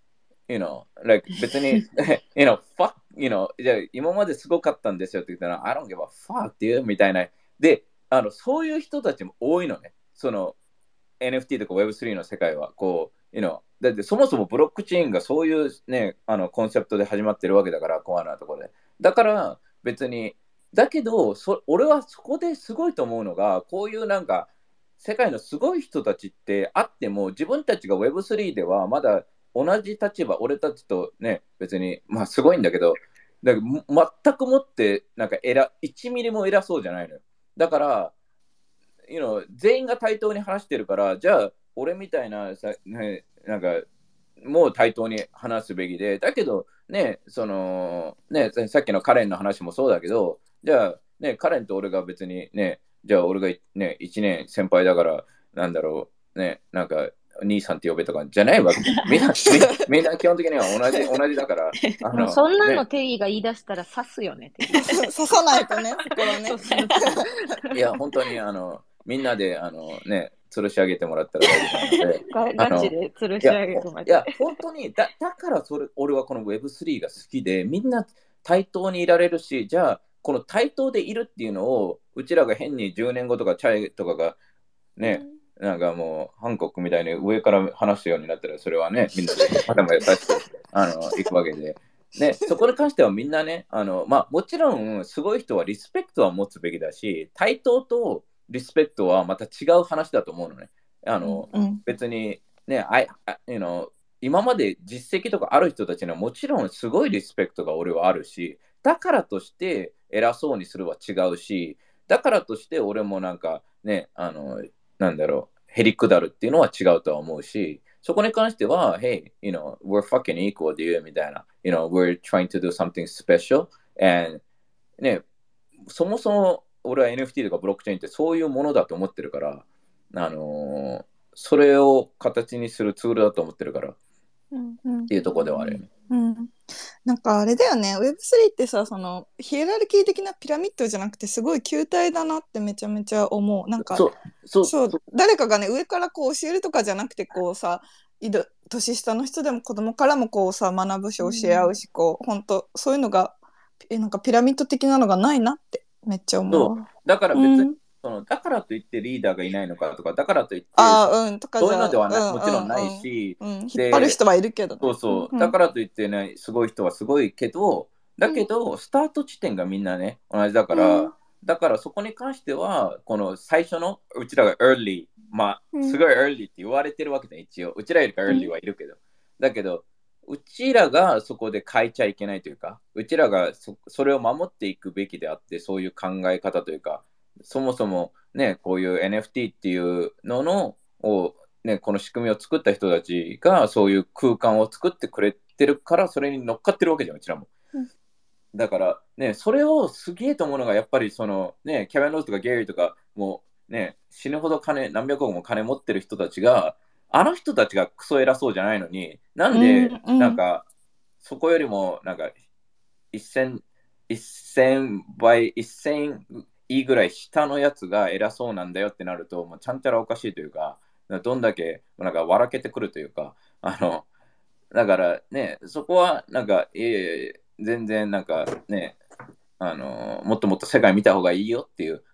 like 別にfuck じゃあ今まですごかったんですよって言ったら I don't give a fuck っていうみたいな。で、そういう人たちも多いのね。その NFT とか Web3 の世界はこう、だってそもそもブロックチェーンがそういうね、コンセプトで始まってるわけだから、コアなところで。だから別に、だけど、俺はそこですごいと思うのが、こういうなんか、世界のすごい人たちってあっても、自分たちが Web3 ではまだ同じ立場、俺たちとね、別に、まあすごいんだけど、だから全くもって、なんか1ミリも偉そうじゃないのよ。だから、全員が対等に話してるから、じゃあ、俺みたいなね、なんか、もう対等に話すべきで、だけど、ね、さっきのカレンの話もそうだけど、じゃあ、ね、カレンと俺が別にね、じゃあ俺がね、1年先輩だから、なんだろう、ね、なんか、兄さんって呼べとかじゃないわけ。みんな基本的には同じだから。 もうそんなのテリーが言い出したら刺すよね。 刺さないとね、心ね。 いや、本当にみんなでね、吊るし上げてもらったら大丈夫なので。 ガチで吊るし上げてもらって。 いや、本当に、だから俺はこの Web3 が好きで、みんな対等にいられるし、じゃあ、この対等でいるっていうのを、うちらが変に10年後とかチャイとかがね、なんかもう、韓国みたいに上から話すようになったら、それはね、みんなでまだまだ優しく行くわけで。で、そこに関してはみんなね、もちろん、すごい人はリスペクトは持つべきだし、対等とリスペクトはまた違う話だと思うのね。別にね、今まで実績とかある人たちにはもちろんすごいリスペクトが俺はあるし、だからとして偉そうにするは違うし、だからとして俺もなんかね、なんだろう、へりくだるっていうのは違うとは思うし、そこに関しては、Hey, we're fucking equal, dude, みたいな。we're trying to do something special. And ね、そもそも俺は NFT とかブロックチェーンってそういうものだと思ってるから、それを形にするツールだと思ってるから、っていうところではあるよね。 なんかあれだよね、Web3 ってさ、そのヒエラルキー的なピラミッドじゃなくてすごい球体だなってめちゃめちゃ思う。なんかそう誰かがね上からこう教えるとかじゃなくて、こうさ、年下の人でも子供からもこうさ学ぶし教え合うし、こう本当そういうのがなんかピラミッド的なのがないなってめっちゃ思う。 だから別に、だからといってリーダーがいないのかとか、だからといってそういうのではもちろんないし、 引っ張る人はいるけど、ね、 そうだからといってね、すごい人はすごいけど、だけど、スタート地点がみんなね同じだから、だからそこに関してはこの最初のうちらが early、すごい early って言われてるわけで、一応うちらよりか early はいるけど、だけどうちらがそこで変えちゃいけないというか、うちらがそれを守っていくべきであって、そういう考え方というか、そもそもね、こういう NFT っていうのを、ね、この仕組みを作った人たちがそういう空間を作ってくれてるから、それに乗っかってるわけじゃん、うちらも。だからね、それをすげえと思うのが、やっぱりそのね、キャビン・ローズとかゲイリーとか、もうね、死ぬほど何百億も金持ってる人たちが、あの人たちがクソ偉そうじゃないのに、なんで、なんか、そこよりも、なんか、1000倍、1000いいぐらい下のやつが偉そうなんだよってなると、もうちゃんちゃらおかしいというか、どんだけ、なんか、笑けてくるというか、だからね、そこは、なんか、全然、なんかね、もっともっと世界見た方がいいよっていう、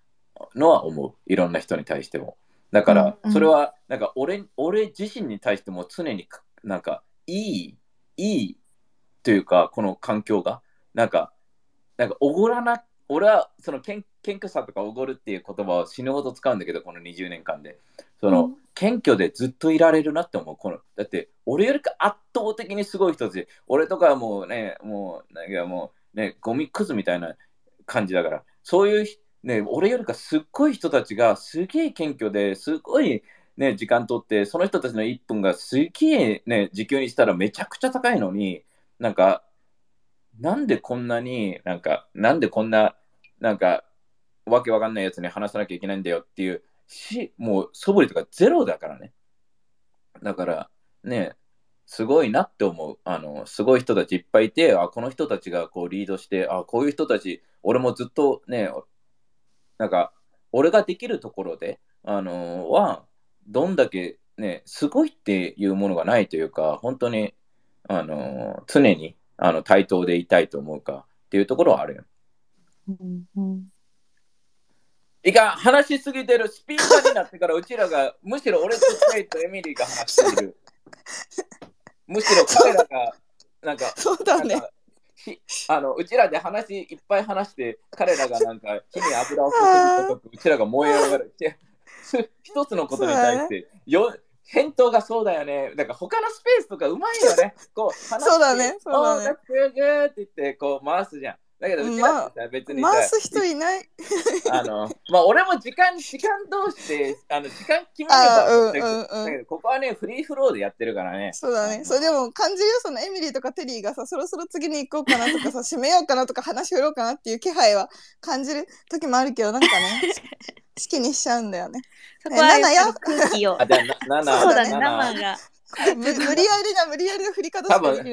のは思う。いろんな人に対しても。だから、それは、なんか俺自身に対しても常になんかいいというか、この環境が、なんかおごらな、俺はその謙虚さとかおごるっていう言葉を死ぬほど使うんだけど、この20年間で。その、謙虚でずっといられるなって思う。だって、俺よりか圧倒的にすごい人たち、俺とかはもうね、ゴミくずみたいな感じだから、そういう、ね、俺よりかすっごい人たちがすげえ謙虚ですごい、ね、時間取って、その人たちの1分がすげえ、ね、時給にしたらめちゃくちゃ高いのに、なんでこんな、わけわかんないやつに話さなきゃいけないんだよっていうもう素振りとかゼロだからね。だからね、すごいなって思う。すごい人たちいっぱいいて、この人たちがこうリードして、こういう人たち、俺もずっとね、俺ができるところで、どんだけね、すごいっていうものがないというか、本当に、常に、対等でいたいと思うかっていうところはあるよ。いかん、話しすぎてる。スピーカーになってからうちらが、むしろ俺とスペイとエミリーが話している。むしろ彼らが、 そうだね。 うちらでいっぱい話して、彼らが火に油を注ぐことうちらが燃え上がる。一つのことに対して、返答がそうだよね。だから他のスペースとかうまいよね。こう話して、 そうだね。 って言ってこう回すじゃん。だけどうちらってさ、別にさ、 回す人いない。 俺も時間通して時間決めればだけど、ここはね、フリーフローでやってるからね。 そうだね。それでも感じるよ、そのエミリーとかテリーがさ、そろそろ次に行こうかなとかさ、締めようかなとか話振ろうかなっていう気配は感じる時もあるけど、なんかね、好きにしちゃうんだよね。 そこは空気を。 そうだね、生が。 無理やりの振り方しかできない。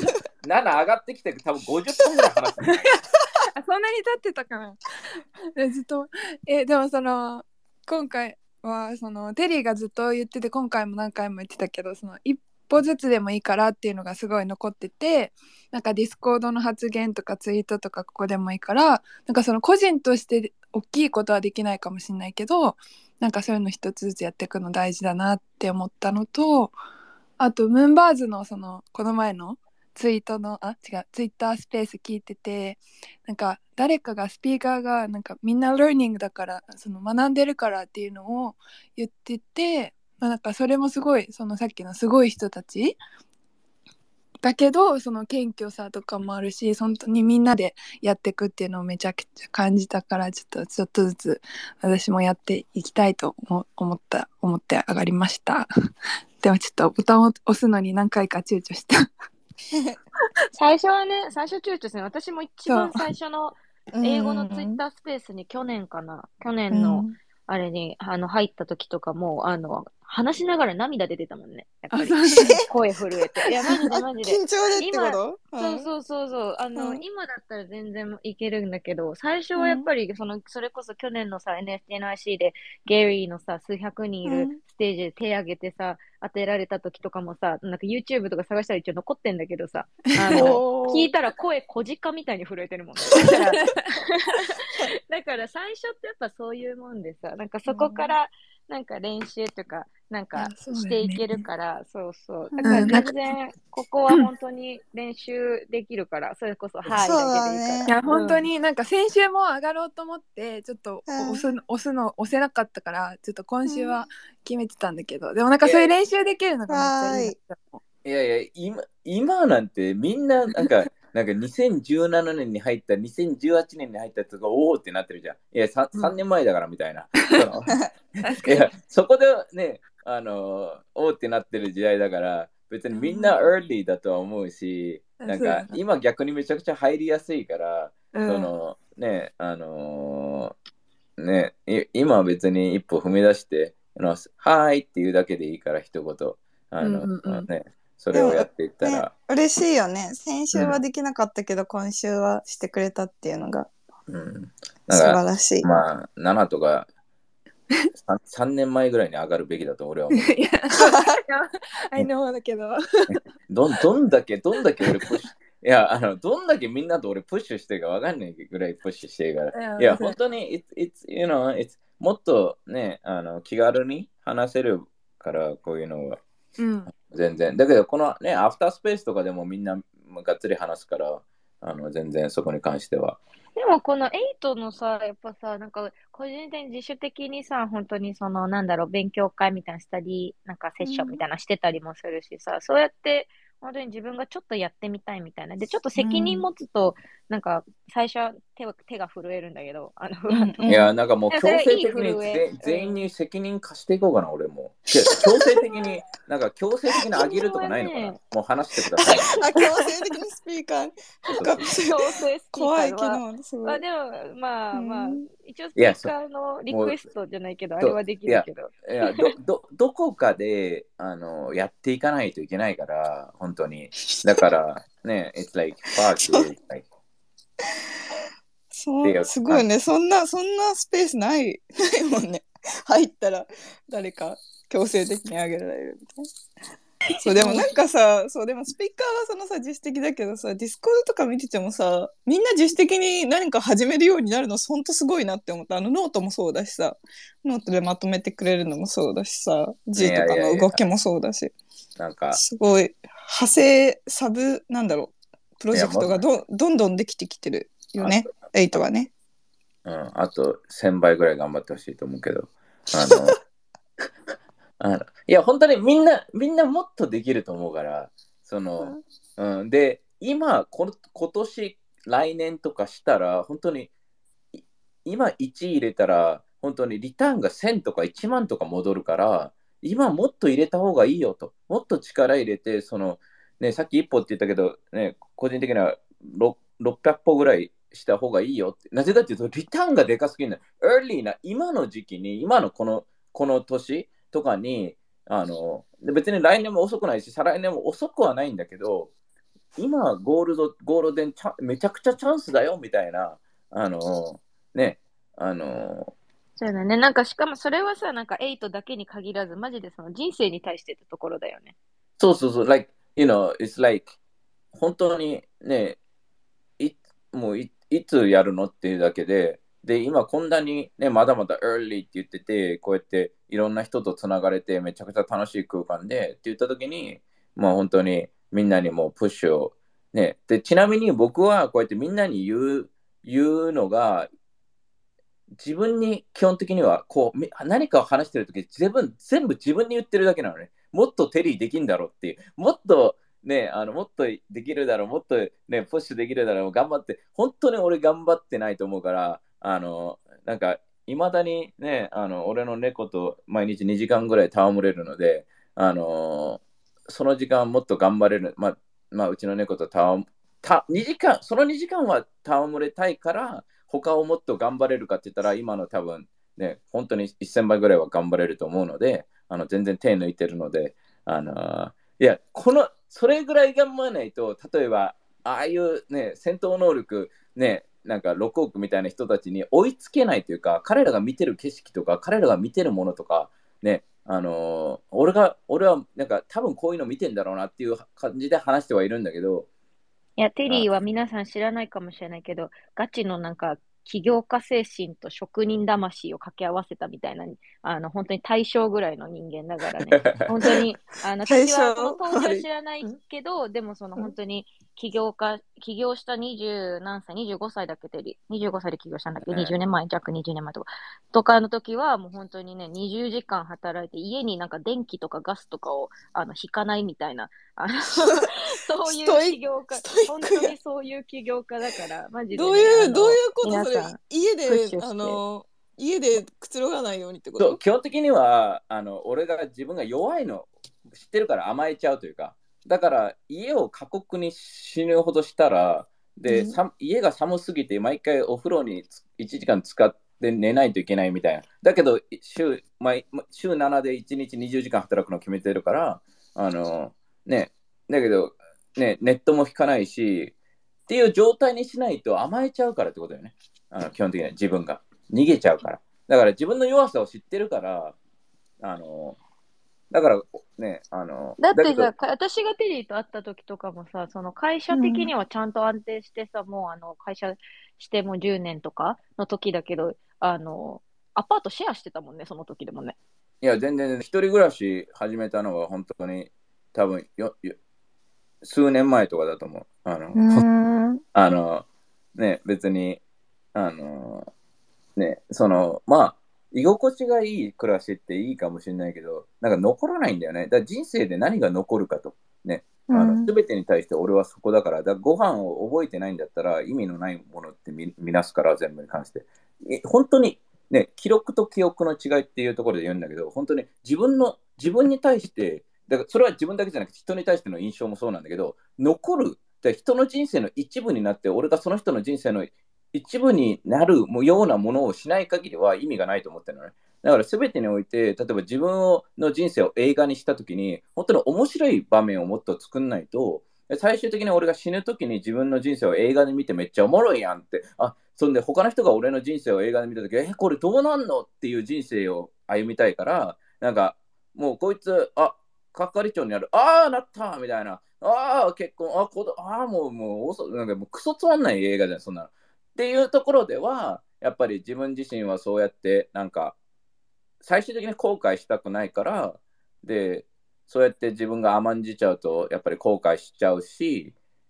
7上がってきて多分50分ぐらい話す。 そんなに経ってたかな。ずっとでも今回はテリーがずっと言ってて、今回も何回も言ってたけど、一歩ずつでもいいからっていうのがすごい残ってて、なんかディスコードの発言とかツイートとかここでもいいから、なんか個人として大きいことはできないかもしれないけど、なんかそういうの一つずつやっていくの大事だなって思ったのと、あとムーンバーズのこの前のツイッタースペース聞いてて、なんか誰かがスピーカーがなんかみんな learning だから学んでるからっていうのを言ってて、なんかそれもすごいさっきのすごい人たちだけど謙虚さとかもあるし、本当にみんなでやっていくっていうのをめちゃくちゃ感じたから、ちょっとずつ私もやっていきたいと思って上がりました。でもちょっとボタンを押すのに何回か躊躇した最初はね、最初躊躇する。私も一番最初の英語のツイッタースペースに去年のあれに入った時とかも話しながら涙出てたもんね。やっぱり声震えて。いや、マジで。 緊張でってこと？ そう。今だったら全然いけるんだけど、最初はやっぱり、それこそ去年のさ、NSNIC でゲリーのさ、数百人いるステージで手挙げてさ、当てられた時とかもさ、なんか YouTube とか探したら一応残ってんだけどさ、聞いたら声小鹿みたいに震えてるもんね。だから最初ってやっぱそういうもんでさ、なんかそこからなんか練習とかなんかしていけるから、そう。だから全然ここは本当に練習できるから、それこそはいだけでいいから。 いや本当になんか先週も上がろうと思ってちょっと押せなかったから、ちょっと今週は決めてたんだけど、でもなんかそういう練習できるのがめっちゃいいな。 いや今なんてみんななんか2017年に入った、2018年に入ったやつがおおってなってるじゃん。いや、3年前だからみたいな。いや、そこでね、おおってなってる時代だから、別にみんな early だとは思うし、なんか今逆にめちゃくちゃ入りやすいから、今は別に一歩踏み出して、はいっていうだけでいいから、一言。それをやっていったら、 嬉しいよね。先週はできなかったけど、今週はしてくれたっていうのが素晴らしい。 まあ7とか3年前ぐらいに上がるべきだと俺は思う。 I know だけどどんだけ俺いや、どんだけみんなと俺プッシュしてるかわかんないぐらいプッシュしてるから。いや、本当に、もっとね、気軽に話せるから、こういうのは。全然。だけど、このね、アフタースペースとかでもみんながっつり話すから、全然そこに関しては。 でもこの8のさ、やっぱさ、なんか個人的に自主的にさ、本当にその、なんだろう、勉強会みたいなスタディ、なんかセッションみたいなしてたりもするしさ、そうやって本当に自分がちょっとやってみたいみたいな。で、ちょっと責任持つと、なんか最初は手が震えるんだけど、不安とか。 いや、なんかもう強制的いやそれはいい震えに全員に責任貸していこうかな、俺も。強制的に、なんか強制的にあげるとかないのかな。もう話してください。 強制的にスピーカー強制スピーカーは怖い機能ですごい。 でも、まあ、一応スピーカーのリクエストじゃないけど、あれはできるけど。 いや、どこかで、やっていかないといけないから、本当に。だから、ね、it's like, fuck, like. すごいね。そんなスペースないもんね。入ったら誰か強制的にあげられるみたいな。そうでもなんかさ、でもスピーカーはそのさ自主的だけどさ、ディスコードとか見ててもさ、みんな自主的に何か始めるようになるのほんとすごいなって思った。ノートもそうだしさ、ノートでまとめてくれるのもそうだしさ、G とかの動きもそうだし、 なんかすごい派生サブなんだろうプロジェクトがどんどんできてきてるよね。8はね。 あと1000倍ぐらい頑張ってほしいと思うけど。いや、本当にみんなもっとできると思うから、で、今年、来年とかしたら、本当に、今1入れたら、本当にリターンが1000とか1万とか戻るから、今もっと入れた方がいいよと。もっと力入れて、さっき1歩って言ったけど、ね、個人的には600歩ぐらいした方がいいよって。なぜかっていうと、リターンがでかすぎるんだ。エーリーな、今の時期に、今のこの年とかに、別に来年も遅くないし、再来年も遅くはないんだけど、今、ゴールデンめちゃくちゃチャンスだよ、みたいな、ね、 そうだね。なんかしかもそれはさ、なんか8だけに限らず、マジでその人生に対してってところだよね。 そう、like, it's like, 本当にね、もういつやるのっていうだけで、今こんなにね、まだまだ early って言ってて、こうやっていろんな人とつながれて、めちゃくちゃ楽しい空間でって言ったときに、もう本当にみんなにもプッシュを、ね、で、ちなみに僕はこうやってみんなに言うのが、自分に基本的にはこう何かを話してるとき全部自分に言ってるだけなのね。もっとテリーできんだろうっていう、もっとね、もっとできるだろう、もっとね、プッシュできるだろう、頑張って、本当に俺頑張ってないと思うから、なんか、いまだにね、俺の猫と毎日2時間ぐらい戯れるので、その時間もっと頑張れる、まあ、うちの猫と2時間、その2時間は戯れたいから、他をもっと頑張れるかって言ったら、今の多分、ね、本当に1000倍ぐらいは頑張れると思うので、全然手抜いてるので、いや、それぐらい頑張らないと、例えば、ああいうね、戦闘能力、ね、なんか6億みたいな人たちに追いつけないというか、彼らが見てる景色とか、彼らが見てるものとか、ね、俺はなんか多分こういうの見てんだろうなっていう感じで話してはいるんだけど、 いや、テリーは皆さん知らないかもしれないけど、ガチのなんか、起業家精神と職人魂を掛け合わせたみたいな、本当に大将ぐらいの人間だからね。本当に、私はその当時は知らないけど、でもその本当に起業した20何歳、25歳だっけ、テリー。25歳で起業したんだっけ、20年前、弱20年前とかの時は、もう本当にね、20時間働いて、家になんか電気とかガスとかを、引かないみたいな、そういう起業家、本当にそういう起業家だから、マジで、ね。 どういうことそれ、家でくつろがないようにってこと？ 基本的には俺が自分が弱いの知ってるから甘えちゃうというか、だから家を過酷に死ぬほどしたら、で、家が寒すぎて毎回お風呂に1時間使って寝ないといけないみたいな。だけど週7で1日20時間働くの決めてるから、ね、だけど、ね、ネットも引かないしっていう状態にしないと甘えちゃうからってことだよね。基本的には自分が逃げちゃうから。だから自分の弱さを知ってるから、 だからね、 だってだけど、 さ、私がテリーと会った時とかもさ、その会社的にはちゃんと安定してさ、もう会社してもう10年とかの時だけど、アパートシェアしてたもんね、その時でもね。 いや、全然、一人暮らし始めたのは本当に多分数年前とかだと思う。ね、別に、ね、まあ、居心地がいい暮らしっていいかもしれないけど、なんか残らないんだよね。だから人生で何が残るかと。ね。すべてに対して俺はそこだから、ご飯を覚えてないんだったら意味のないものって見なすから、全部に関して。本当に、ね、記録と記憶の違いっていうところで言うんだけど、本当に自分に対して、だからそれは自分だけじゃなくて人に対しての印象もそうなんだけど、残る、人の人生の一部になって、俺がその人の人生の一部になるようなものをしない限りは意味がないと思ってるのね。だから全てにおいて、例えば自分の人生を映画にしたときに、本当に面白い場面をもっと作んないと、最終的に俺が死ぬときに自分の人生を映画で見てめっちゃおもろいやんって、そんで他の人が俺の人生を映画で見たとき、これどうなんのっていう人生を歩みたいから、なんかもうこいつ、係長になる、なったみたいな、結婚、なんかもうクソつまんない映画じゃん、そんなの。っていうところでは、やっぱり自分自身はそうやって、なんか、最終的に後悔したくないから、で、そうやって自分が甘んじちゃうと、やっぱり後悔しちゃうし、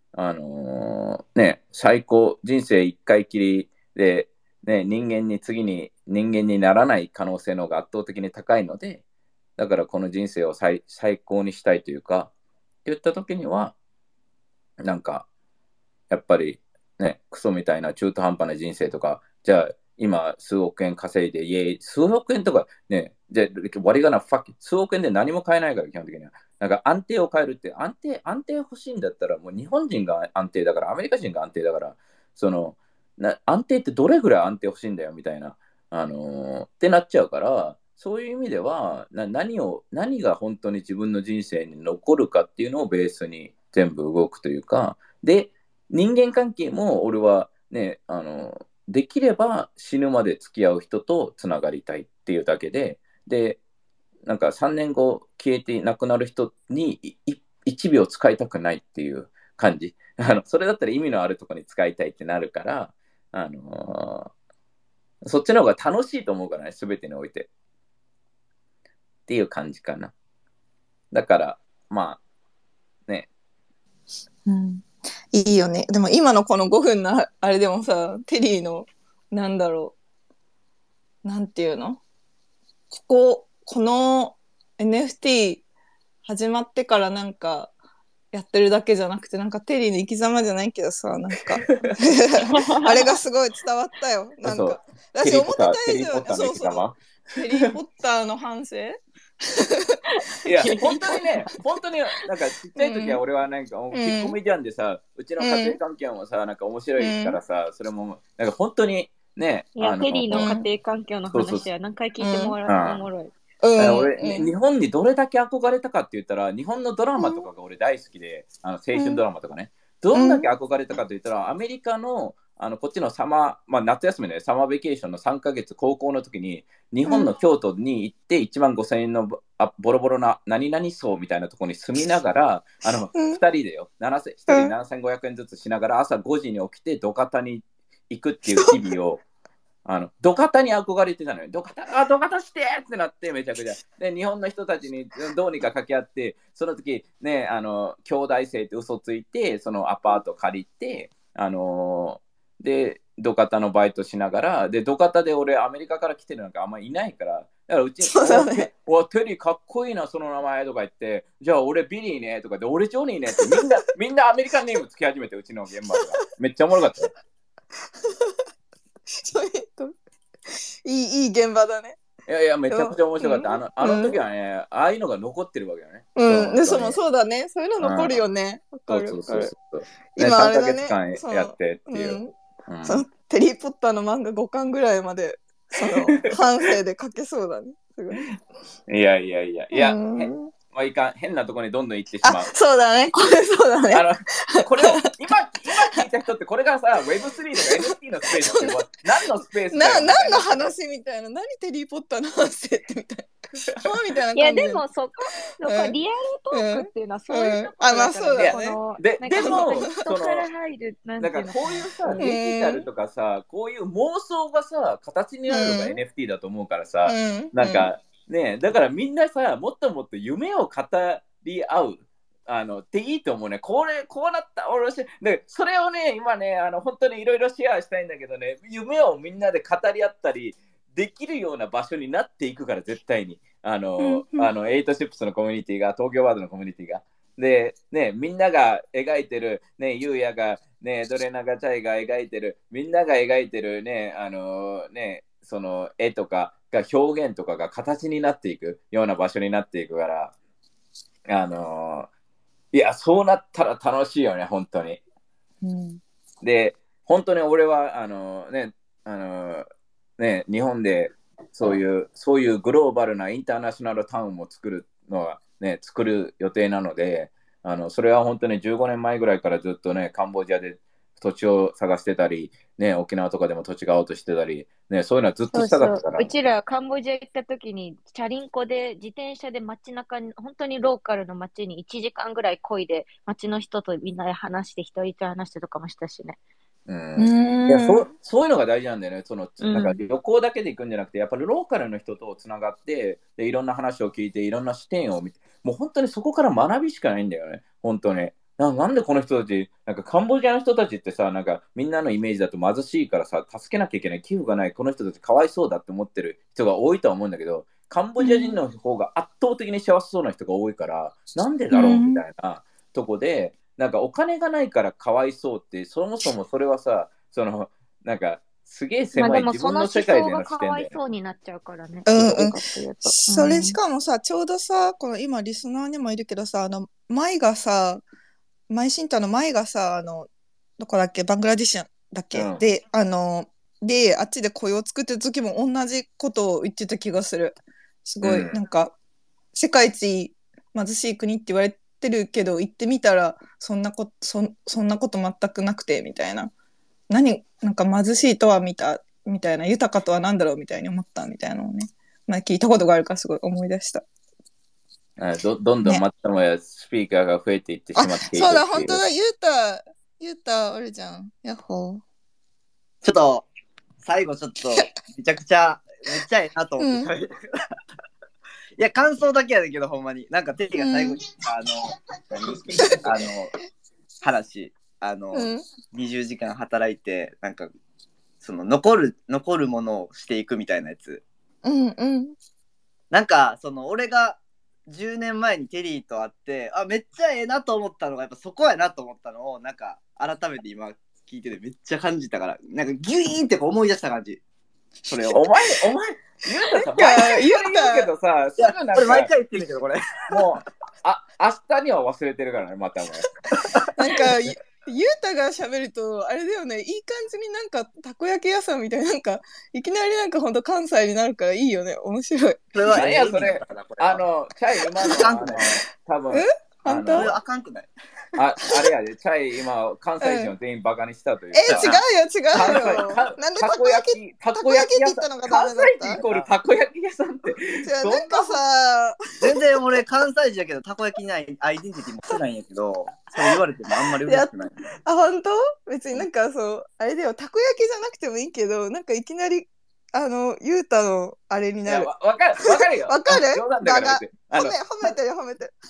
最高、人生一回きりで、ね、次に人間にならない可能性の方が圧倒的に高いので、だからこの人生を最高にしたいというか、言った時には、なんか、やっぱり、ね、クソみたいな中途半端な人生とか、じゃあ今数億円稼いで、数億円とかね、じゃあ割りがな、数億円で何も買えないから、基本的には。なんか安定を変えるって、安定欲しいんだったら、もう日本人が安定だから、アメリカ人が安定だから、安定ってどれぐらい安定欲しいんだよみたいな、ってなっちゃうから、そういう意味では何が本当に自分の人生に残るかっていうのをベースに全部動くというか、で、人間関係も俺はね、できれば死ぬまで付き合う人とつながりたいっていうだけで、なんか3年後消えてなくなる人に1秒使いたくないっていう感じ。それだったら意味のあるところに使いたいってなるから、そっちの方が楽しいと思うからね、全てにおいて。っていう感じかな。だから、まあ、ね。 いいよね。でも今のこの5分のあれでもさ、テリーの、なんていうの？この NFT 始まってからなんかやってるだけじゃなくて、なんかテリーの生き様じゃないけどさ、なんかあれがすごい伝わったよ。なんか私思ってた以上に、そうテリー・ポッターの反省いや、本当になんかちっちゃい時は俺はなんか、引っ込みじゃんでさ、うちの家庭環境もさ、なんか面白いからさ、それも、なんか本当にね、 いや、テリーの家庭環境の話は何回聞いてもらっておもろい。 俺、日本にどれだけ憧れたかって言ったら、日本のドラマとかが俺大好きで、青春ドラマとかね、どんだけ憧れたかと言ったら、アメリカのこっちの夏休みでサマーベケーションの3ヶ月高校の時に日本の京都に行って1万5,000円のボロボロな何々荘みたいなところに住みながら2人でよ1人7,500円ずつしながら朝5時に起きて土方に行くっていう日々を土方に憧れてたのよ。土方してってなってめちゃくちゃで日本の人たちにどうにか掛け合ってその時ね兄弟生って嘘ついてそのアパート借りてで、土方のバイトしながら、で、土方で俺、アメリカから来てるなんかあんまりいないから、だからうちに、テリーかっこいいな、その名前とか言って、じゃあ俺ビリーねとかで、俺ジョニーねってみんなアメリカンネームつき始めて、うちの現場で。めっちゃおもろかったよ。 いい現場だね。 いや、めちゃくちゃ面白かった。あの時はね、ああいうのが残ってるわけよね。 そうだね。そういうの残るよね。 そう。今あれだね。3ヶ月間やってっていう。 そのテリー・ポッターの漫画5巻ぐらいまでその半生で書けそうだね。すごい。 いや、 まあいかん、変なところにどんどん行ってしまう。 そうだね。これそうだね。 これを今聞いた人ってこれがさ Web3 とか NFT のスペースって何のスペースだよ何の話みたいな。何テリー・ポッターの話ってみたいな。みたいな感じ。 いやでもそこリアルトークっていうのはそういうところだから、 まあそうだね。 でも人から入るなんていうの、 こういうさデジタルとかさこういう妄想がさ形になるのが NFT だと思うからさ、なんかね、だからみんなさもっともっと夢を語り合うっていいと思うね。こうなった俺でそれをね今ね本当にいろいろシェアしたいんだけどね、夢をみんなで語り合ったりできるような場所になっていくから絶対にエイトシップスのコミュニティが東京ワードのコミュニティがでね、みんなが描いてるね、ゆうやがね、ドレナガチャイが描いてる、みんなが描いてるね、その絵とかが表現とかが形になっていくような場所になっていくから、いや、そうなったら楽しいよね、本当に。で、本当に俺は日本でそういうグローバルなインターナショナルタウンを作るのはね、作る予定なので、それは本当に15年前ぐらいからずっとね、カンボジアで土地を探してたり、ね、沖縄とかでも土地買おうとしてたり、ね、そういうのはずっとしたかったから。 うちらカンボジア行った時に、チャリンコで自転車で街中に、本当にローカルの街に1時間ぐらい漕いで、街の人とみんなで話して、一人と話してとかもしたしね。 いやそういうのが大事なんだよね。なんか旅行だけで行くんじゃなくて、やっぱりローカルの人とつながって、でいろんな話を聞いて、いろんな視点を見て、もう本当にそこから学びしかないんだよね。本当に。なんでこの人たち、なんかカンボジアの人たちってさ、なんかみんなのイメージだと貧しいからさ、助けなきゃいけない、寄付がない、この人たちかわいそうだって思ってる人が多いとは思うんだけど、カンボジア人の方が圧倒的に幸せそうな人が多いから、なんでだろうみたいなとこで、なんかお金がないからかわいそうって、そもそもそれはさ、なんかすげえ狭い自分の世界での視点で、 かわいそうになっちゃうからね。 それしかもさ、ちょうどさ、この今リスナーにもいるけどさ、舞シンタの舞がさ、どこだっけ、バングラディッシュだっけ、で、あっちで雇用を作ってる時も同じことを言ってた気がする。すごい、なんか、世界一貧しい国って言われてるけど、行ってみたら、そんなこと全くなくて、みたいな。なんか貧しいとはみたいな、豊かとは何だろうみたいに思ったみたいなのをね、聞いたことがあるからすごい思い出した。 どんどんまたもやスピーカーが増えていってしまっている。 そうだ、本当だ、ゆうたあるじゃん。ヤッホー。 ちょっと、最後ちょっと、めちゃええなと思って、いや、感想だけやだけど、ほんまに。なんか、テリが最後に、話、20時間働いて、なんか、残るものをしていくみたいなやつ。なんか、俺が10年前にテリーと会って、めっちゃええなと思ったのが、やっぱそこやなと思ったのを、なんか、改めて今聞いててめっちゃ感じたから、なんかギュイーンってこう思い出した感じ。それを。 お前、ゆうたさ、毎回言うけどさ、すぐなんか、 これ毎回言ってるけど、これ。 もう、明日には忘れてるからね、またお前。なんか、ゆうたが喋ると、あれだよね、いい感じになんか、たこ焼き屋さんみたいな、なんか、いきなりなんかほんと関西になるからいいよね、面白い。 それは、いや、それ、チャイ、今の、多分、 本当？ あかんくない？ あれやで、チャイ今関西人を全員バカにしたという。 違うよ。なんでたこ焼きって言ったのがダメだった？ 関西人イコールたこ焼き屋さんって。 なんかさ、 全然俺関西人やけどたこ焼きないアイデンティティ持ってないんやけど、それ言われてもあんまり嬉しくない。 本当？別になんかそうあれだよ、たこ焼きじゃなくてもいいけど、なんかいきなりゆうたのあれになる。 わかるよ。 わかる？ 冗談だから褒めてる。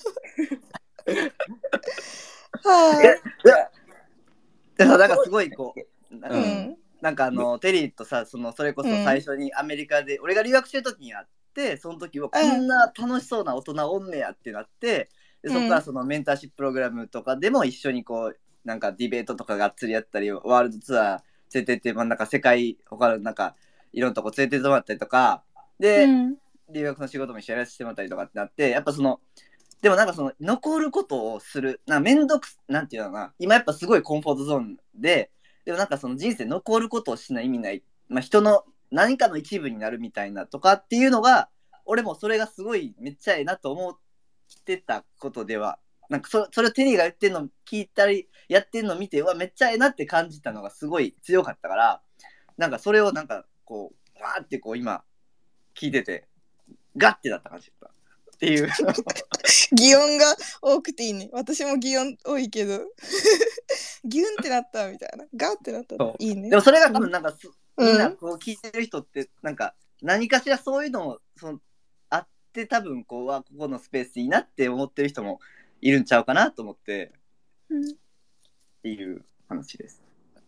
でもなんかすごいこう、なんかテリーとさ、それこそ最初にアメリカで、俺が留学してる時に会って、その時はこんな楽しそうな大人おんねやってなって、でそこからそのメンターシッププログラムとかでも一緒にこうなんかディベートとかがっつりやったり、ワールドツアー連れてって、なんか世界他のなんかいろんなとこ連れてってもらったりとかで、留学の仕事も一緒にやらせてもらったりとかってなって、やっぱでもなんか残ることをするなんていうのかな、今やっぱすごいコンフォートゾーンでもなんか人生残ることをしない意味ない、人の何かの一部になるみたいなとかっていうのが、俺もそれがすごいめっちゃええなと思っってたことでは、なんかそれをテリーが言ってるの聞いたりやってるの見て、めっちゃええなって感じたのがすごい強かったから、なんかそれをなんかこうわーってこう今聞いててガッてなった感じだったっていう擬音が多くていいね。私も擬音多いけどギュンってなったみたいな、ガッってなったいいね。 でもそれが多分なんかみんなこう聞いてる人ってなんか何かしらそういうのもあって多分ここのスペースいいなって思ってる人もいるんちゃうかなと思って、っていう話です。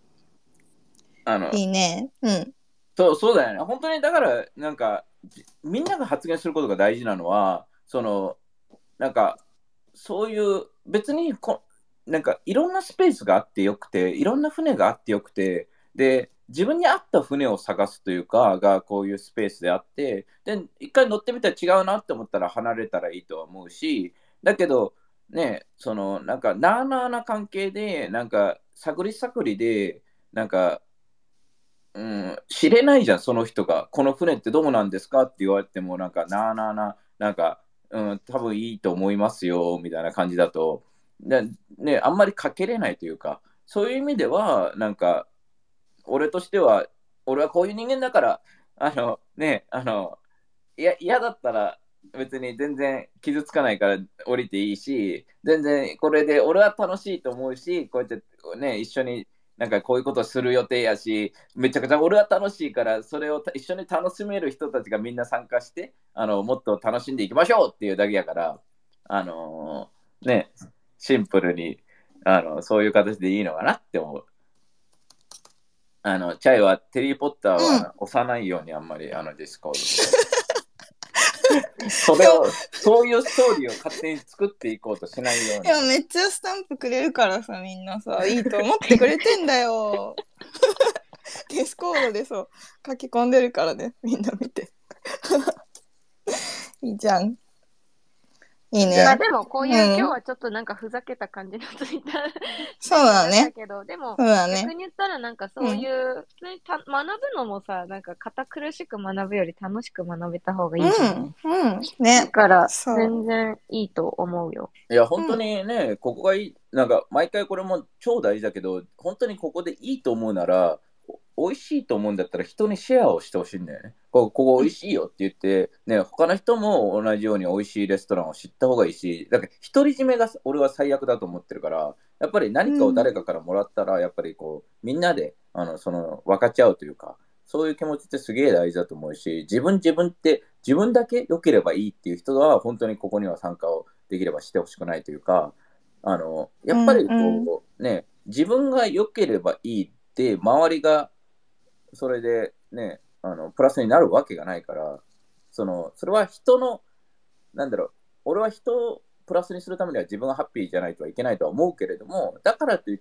いいね。 そうだよね。本当にだからなんかみんなが発言することが大事なのは、なんかそういう別になんかいろんなスペースがあってよくて、いろんな船があってよくて、で自分に合った船を探すというかがこういうスペースであって、で一回乗ってみたら違うなって思ったら離れたらいいとは思うし、だけどね、なんかなあなあな関係でなんか探り探りでなんか知れないじゃん、その人が。この船ってどうなんですかって言われても、なんか、なあなあな、なんか、多分いいと思いますよ、みたいな感じだと、ね、あんまりかけれないというか、そういう意味では、なんか、俺としては、俺はこういう人間だから、嫌だったら、別に全然傷つかないから降りていいし、全然これで俺は楽しいと思うし、こうやってね、一緒になんかこういうことする予定やし、めちゃくちゃ俺は楽しいから、それを一緒に楽しめる人たちがみんな参加して、もっと楽しんでいきましょうっていうだけやから、ね、シンプルにそういう形でいいのかなって思う。チャイはテリー・ポッターは押さないようにあんまりディスコードそういうストーリーを勝手に作っていこうとしないように。 いや、めっちゃスタンプくれるからさ、みんなさ、いいと思ってくれてんだよ。ディスコードでそう書き込んでるからね、みんな見て。いいじゃん。いいね。 まあでもこういう、今日はちょっとなんかふざけた感じのツイッターそうだね。 だけど、でも、 逆に言ったらなんかそういう、普通に学ぶのもさ、なんか堅苦しく学ぶより楽しく学べた方がいいじゃん。 ね。 だから全然いいと思うよ。 いや、本当にね、ここがいい、なんか毎回これも超大事だけど、本当にここでいいと思うなら、美味しいと思うんだったら人にシェアをしてほしいんだよね。ここ美味しいよって言って、ね、他の人も同じように美味しいレストランを知った方がいいし、だから独り占めが俺は最悪だと思ってるから、やっぱり何かを誰かからもらったら、やっぱりこう、みんなで分かっちゃうというか、そういう気持ちってすげえ大事だと思うし、自分って自分だけ良ければいいっていう人は、本当にここには参加をできればしてほしくないというか、やっぱりこう、ね、自分が良ければいいって、周りがそれでね、プラスになるわけがないから、それは人の、なんだろう、俺は人をプラスにするためには自分がハッピーじゃないとはいけないとは思うけれども、だからといって、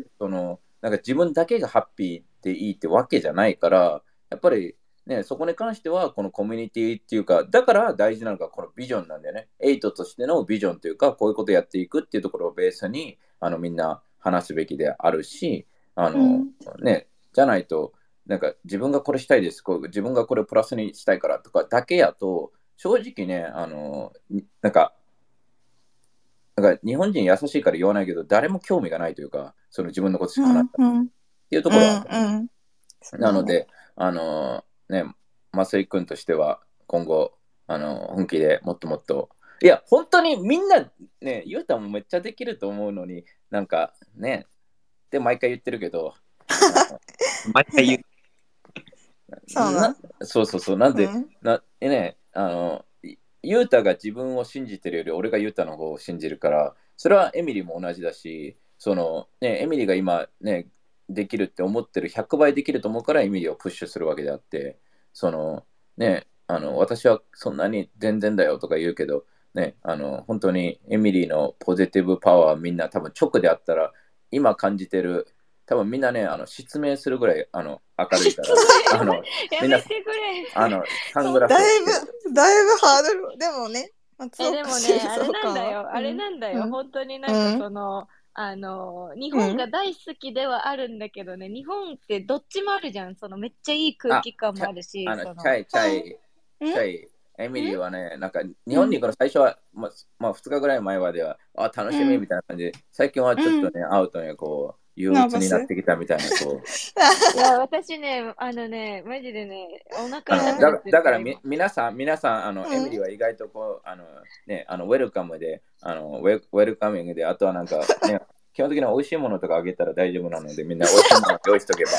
なんか自分だけがハッピーでいいってわけじゃないから、やっぱりね、そこに関しては、このコミュニティっていうか、だから大事なのがこのビジョンなんだよね。エイトとしてのビジョンというか、こういうことやっていくっていうところをベースに、みんな話すべきであるし、ね、じゃないと、なんか自分がこれしたいです、自分がこれをプラスにしたいからとかだけやと、正直ね、なんか日本人優しいから言わないけど、誰も興味がないというか、自分のことしか話したっていうところはある。なので、ね、増井君としては今後、本気でもっともっと、いや、本当にみんな、ね、ゆうたもめっちゃできると思うのに、なんかね、って毎回言ってるけど、 毎回言う。 そう。なんで、ね、ユータが自分を信じてるより俺がユータの方を信じるから、それはエミリーも同じだし、エミリーが今ね、できるって思ってる100倍できると思うからエミリーをプッシュするわけであって、私はそんなに全然だよとか言うけど、ね、本当にエミリーのポジティブパワーみんな多分直であったら、今感じてる多分みんなね、失明するぐらい明るいから、みんなサングラスだいぶハードル、でもね、 でもね、あれなんだよ、本当になんか日本が大好きではあるんだけどね、日本ってどっちもあるじゃん、めっちゃいい空気感もあるし、 チャイ、 エミリーはね、なんか日本に行くの最初は、まあ2日ぐらい前までは、あ、楽しみみたいな感じで、最近はちょっとね、会うとね、こう、憂鬱になってきたみたいな、こう。 いや、私ね、マジでね、お腹痛くなってるだから皆さん、エミリーは意外とこう、ね、ウェルカムで、ウェルカミングで、あとはなんか、ね、基本的に美味しいものとかあげたら大丈夫なので、みんな美味しいもの用意しとけば、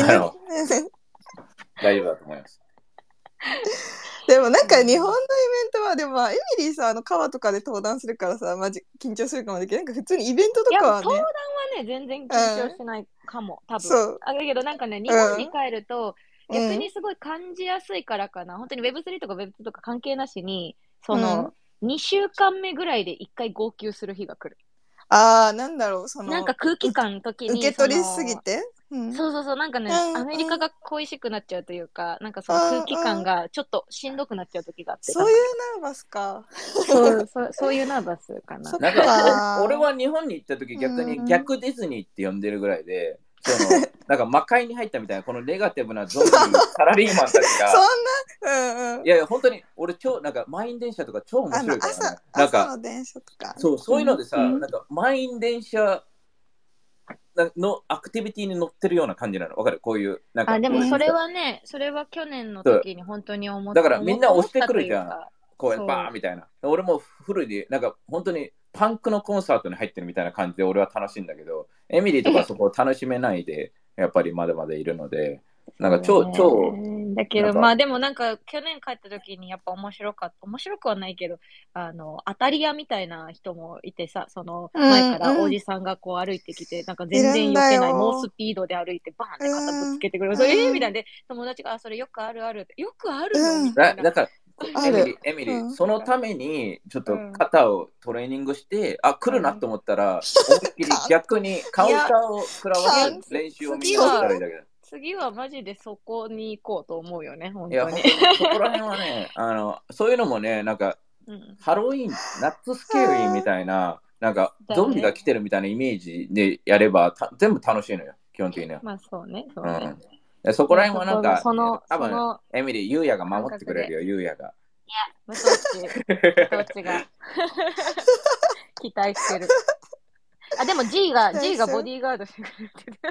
大丈夫だと思います。 でもなんか日本のイベントはでもエミリーさ川とかで登壇するからさマジ緊張するかもだけどなんか普通にイベントとかはね登壇はね全然緊張しないかも、多分そうだけどなんかね日本に帰ると、逆にすごい感じやすいからかな、本当に Web3 とか Web2 とか関係なしにその、2週間目ぐらいで1回号泣する日が来る。 なんだろうなんか空気感の時に受け取りすぎて、 そうなんかね、アメリカが恋しくなっちゃうというか、なんかその空気感がちょっとしんどくなっちゃう時があって、 そういうナーバスか。 そういうナーバスかな。 なんか俺は日本に行った時逆に逆ディズニーって呼んでるぐらいで、なんか魔界に入ったみたいなこのネガティブなゾンビサラリーマンたちがそんな、 いや本当に俺なんか満員電車とか超面白いからね。なんか朝の電車とか、 そういうのでさ、なんか満員電車のアクティビティに乗ってるような感じなの。わかる？こういうなんか。 でもそれはね、それは去年の時に本当に思った。 だからみんな押してくるじゃん。こうバーみたいな。俺もフルでなんか本当にパンクのコンサートに入ってるみたいな感じで俺は楽しいんだけど、エミリーとかそこを楽しめないでやっぱりまだまだいるので、なんか超だけどでもなんか去年帰った時にやっぱ面白くはないけど、当たり屋みたいな人もいてさ、その前からおじさんがこう歩いてきて、なんか全然避けない猛スピードで歩いてバーンって肩ぶつけてくる、みたいなで友達がそれよくあるのみたいな。 だからエミリー、そのためにちょっと肩をトレーニングして、来るなと思ったら、思いっきり逆にカウンターを食らわす練習をみんなしたらいいだけだ。 次はマジでそこに行こうと思うよね、本当に。 いや、そこら辺はね、そういうのもね、なんか、ハロウィン、ナッツスケーリーみたいな、なんか、ゾンビが来てるみたいなイメージでやれば、全部楽しいのよ、基本的には。 まあ、そうね。 そこら辺はなんか、多分、エミリー、ユーヤが守ってくれるよ、ユーヤが。 いや、無糖値が期待してる。でも G がボディーガードしてくれるって言って。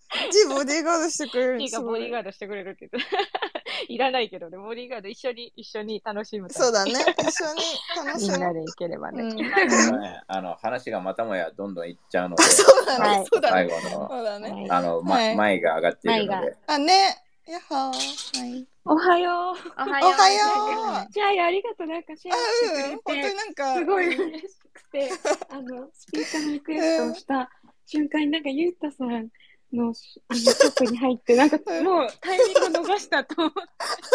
G ボディーガードしてくれる。 G がボディーガードしてくれるって言って。いらないけどね、ボディーガード一緒に楽しむ。 そうだね、一緒に楽しむ。 みんなで行ければね。 話がまたもやどんどんいっちゃうので、 そうだね、 最後の、前が上がっているので。 やっほー。 おはよう。じゃあありがとう。なんかシェアしてくれて、すごい嬉しくて、スピーカーのリクエストをした瞬間になんかゆうたさんのショップに入って、なんかもうタイミング逃したと思って。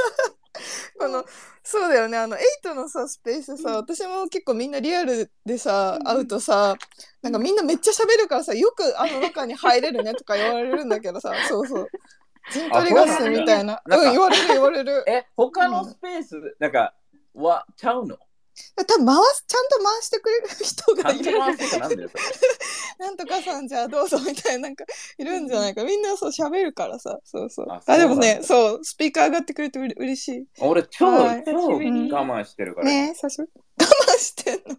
そうだよね、8のさスペースさ、私も結構みんなリアルでさ会うとさ、なんかみんなめっちゃ喋るからさ、よく中に入れるねとか言われるんだけどさ、そう陣取り合戦みたいな。言われる。 他のスペースなんかはちゃうの？ 多分ちゃんと回してくれる人がいる。なんとかさんじゃあどうぞみたいな、なんかいるんじゃないか。みんなそう喋るからさ。そう。でもね、そうスピーカー上がってくれて嬉しい。 俺超我慢してるから。 ね、我慢してんの。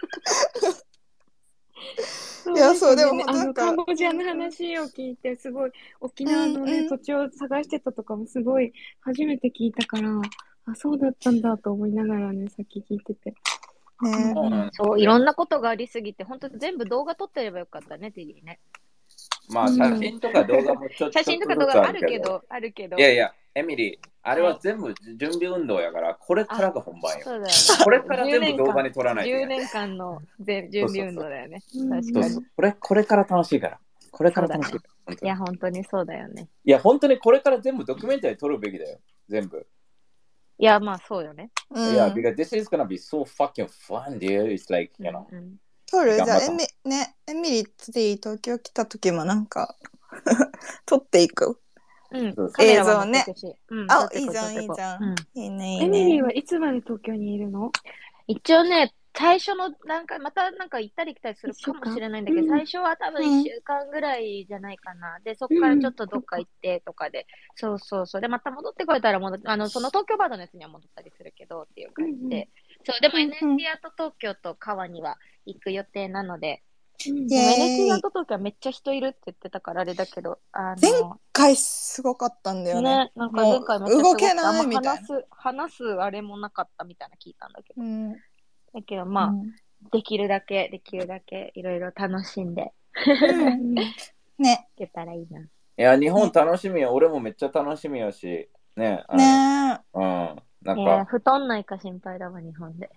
いや、そうでもカンボジアの話を聞いて、すごい沖縄のね、土地を探してたとかもすごい初めて聞いたから、そうだったんだと思いながらね、さっき聞いてて。 そう、いろんなことがありすぎて、本当に全部動画撮ってればよかったね、テリーね。 まあ、写真とか動画もちょっと。 写真とか動画あるけど。 いや、エミリー、あれは全部準備運動やから、これからが本番よ。 そうだよね。 これから全部動画に撮らないと。 10年間の準備運動だよね。確かに。 これから楽しいから。これから楽しい。 いや、本当にそうだよね。 いや、本当にこれから全部ドキュメンタリー撮るべきだよ。全部。 いや、まあそうよね。 Yeah, because this is gonna be so fucking fun, dude. It's like, you know. 撮る？じゃあエミリーとで東京来た時もなんか撮っていく。映像ね。いいじゃん。いいね。 エミリーはいつまで東京にいるの？ 一応ね、 最初の段階、またなんか行ったり来たりするかもしれないんだけど、最初は多分1週間ぐらいじゃないかな。で、そこからちょっとどっか行ってとかで、そうそうそう。で、また戻ってこれたらその東京バードのやつには戻ったりするけどっていう感じで。そう、でも NT アート東京と川には行く予定なので、でも NT アート東京はめっちゃ人いるって言ってたからあれだけど、 前回すごかったんだよね。 ね、なんか前回めっちゃすごく動けないみたいな。 話すあれもなかったみたいな聞いたんだけど。だけどまあ、できるだけいろいろ楽しんでね。 いけたらいいな。 いや、日本楽しみよ。俺もめっちゃ楽しみやし。ね。 ねうん。なんか。 太んないか心配だわ、日本で。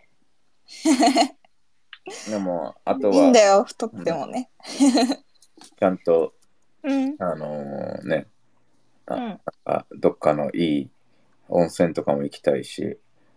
でも、あとは。 いいんだよ、太ってもね。 ちゃんと、 ね。 どっかのいい温泉とかも行きたいし。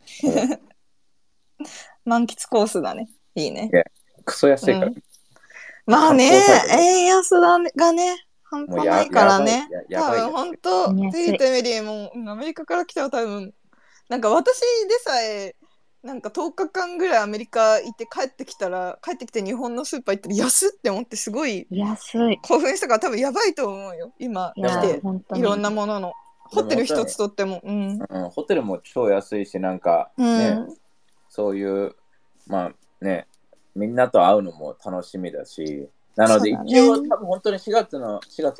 満喫コースだね。いいね。 クソ安いから。 まあね、円安がね、半端ないからね。多分本当、テリーとエミリーもアメリカから来たら多分、なんか私でさえ、なんか10日間ぐらいアメリカ行って帰ってきて日本のスーパー行ったら安って思ってすごい興奮したから多分やばいと思うよ。今来て、いろんなものの。ホテル一つとっても。 ホテルも超安いし、なんかね、そういう、まあね、みんなと会うのも楽しみだし、なので一応多分本当に11月の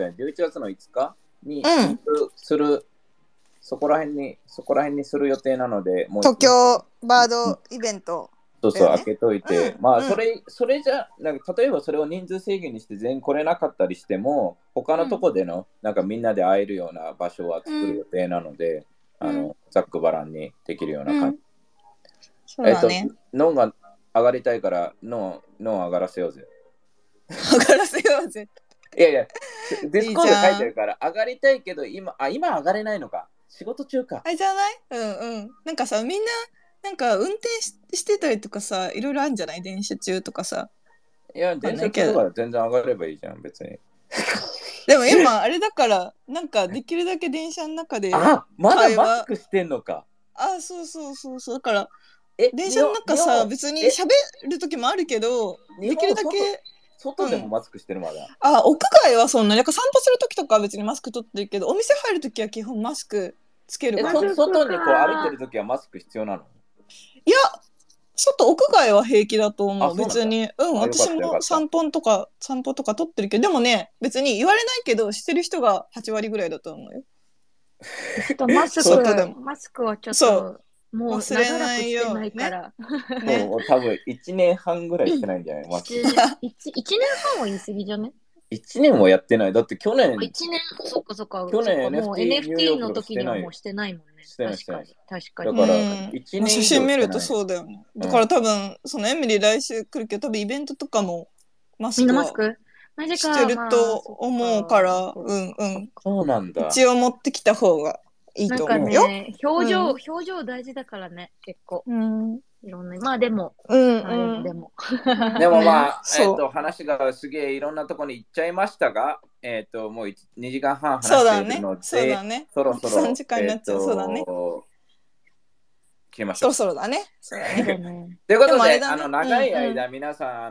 5日にする、そこら辺にする予定なので、 もう東京バードイベント、 そう開けといて、まあそれじゃなんか例えばそれを人数制限にして全員来れなかったりしても、他のとこでのなんかみんなで会えるような場所は作る予定なので、ざっくばらんにできるような感じ。 そうだね。 ノンが上がりたいからノン上がらせようぜ。 上がらせようぜ。 いやいや、ディスコード書いてるから上がりたいけど今上がれないのか。仕事中か。 あれじゃない？なんかさ、みんななんか運転してたりとかさ、いろいろあるんじゃない？電車中とかさ。 いや、電車中は全然上がればいいじゃん、別に。 でも今あれだからなんかできるだけ電車の中でまだマスクしてんのか。 そうだから電車の中さ別に喋る時もあるけどできるだけ外でもマスクしてるまだ。 屋外はそんななんか散歩する時とかは別にマスク取ってるけどお店入る時は基本マスクつけるから。 外にこう歩いてる時はマスク必要なの？ いや屋外は平気だと思う。別に私も散歩とか取ってるけどでもね別に言われないけどしてる人が8割ぐらいだと思うよ。 マスクはちょっともう忘れないようにからもう多分1年半ぐらいしてないんじゃない？マスク。 1年半は言い過ぎじゃね ？1年はやってない。だって去年。 1年、そっか。 去年もう NFT の時にはもうしてないもんね。確かに。 だから1年写真見るとそうだよね。だから多分、そのエミリー来週来るけど、多分イベントとかもマスクはしてると思うから、 そうなんだ。 一応持ってきた方がいいと思うよ。 なんかね、表情大事だからね、結構。いろんな、まあでも、 でもまあ、話がすげえいろんなところに行っちゃいましたが、もう2時間半話しているので、 そうだね。 そろそろ 3時間になっちゃう。そうだね。 切りましょう。 そろそろだね。 ということで、長い間皆さん、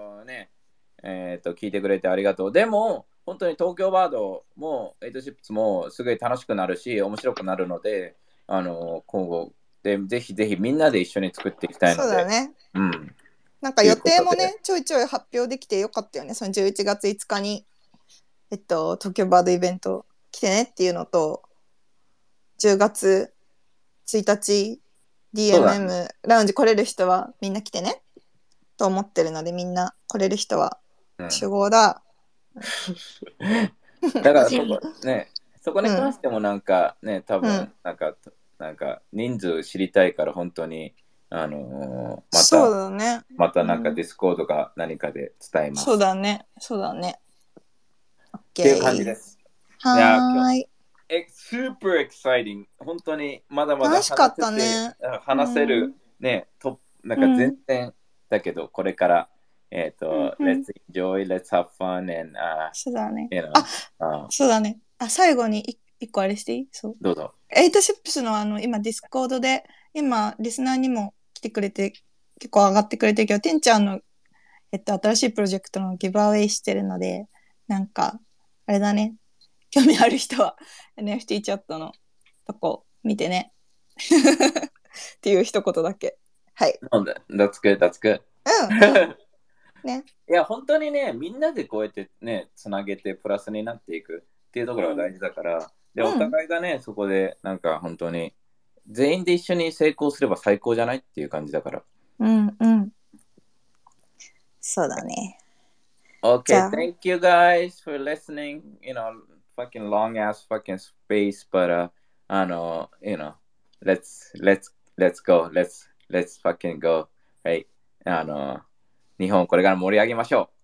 聞いてくれてありがとう。でも、本当に東京バードもエイトシップスもすごい楽しくなるし、面白くなるので、今後、でぜひぜひみんなで一緒に作っていきたいので。 そうだね。なんか予定もね、ちょいちょい発表できてよかったよね。その11月5日に、東京バードイベント来てねっていうのと、10月1日、DMM ラウンジ来れる人はみんな来てねと思ってるので、みんな来れる人は集合だ。 だからそこに関してもなんかね、多分なんか人数知りたいから本当にそうだね。 またなんかディスコードか何かで伝えます。 そうだね。 っていう感じです。 はい。 super exciting。本当にまだまだ楽しかったね。 話せるね、なんか全然だけどこれからlet's enjoy, let's have fun and そうだね。そうだね。最後に一個あれしていい？そう。 どうぞ。 エイトシップスの今ディスコードで今リスナーにも来てくれて結構上がってくれてるけど、てんちゃんの、新しいプロジェクトのギブアウェイしてるので、なんか、あれだね。興味ある人は NFT チャットのとこ見てね。っていう一言だけ。はい。 That's good, that's good. ね。 いや、本当にね、みんなでこうやってね、つなげてプラスになっていくっていうところが大事だから、で、お互いがね、そこでなんか本当に全員で一緒に成功すれば最高じゃないっていう感じだから。 うんうん。そうだね。 Okay, thank you guys for listening. You know, fucking long ass fucking space, but you know, let's go. Let's fucking go. Right. 日本これから盛り上げましょう。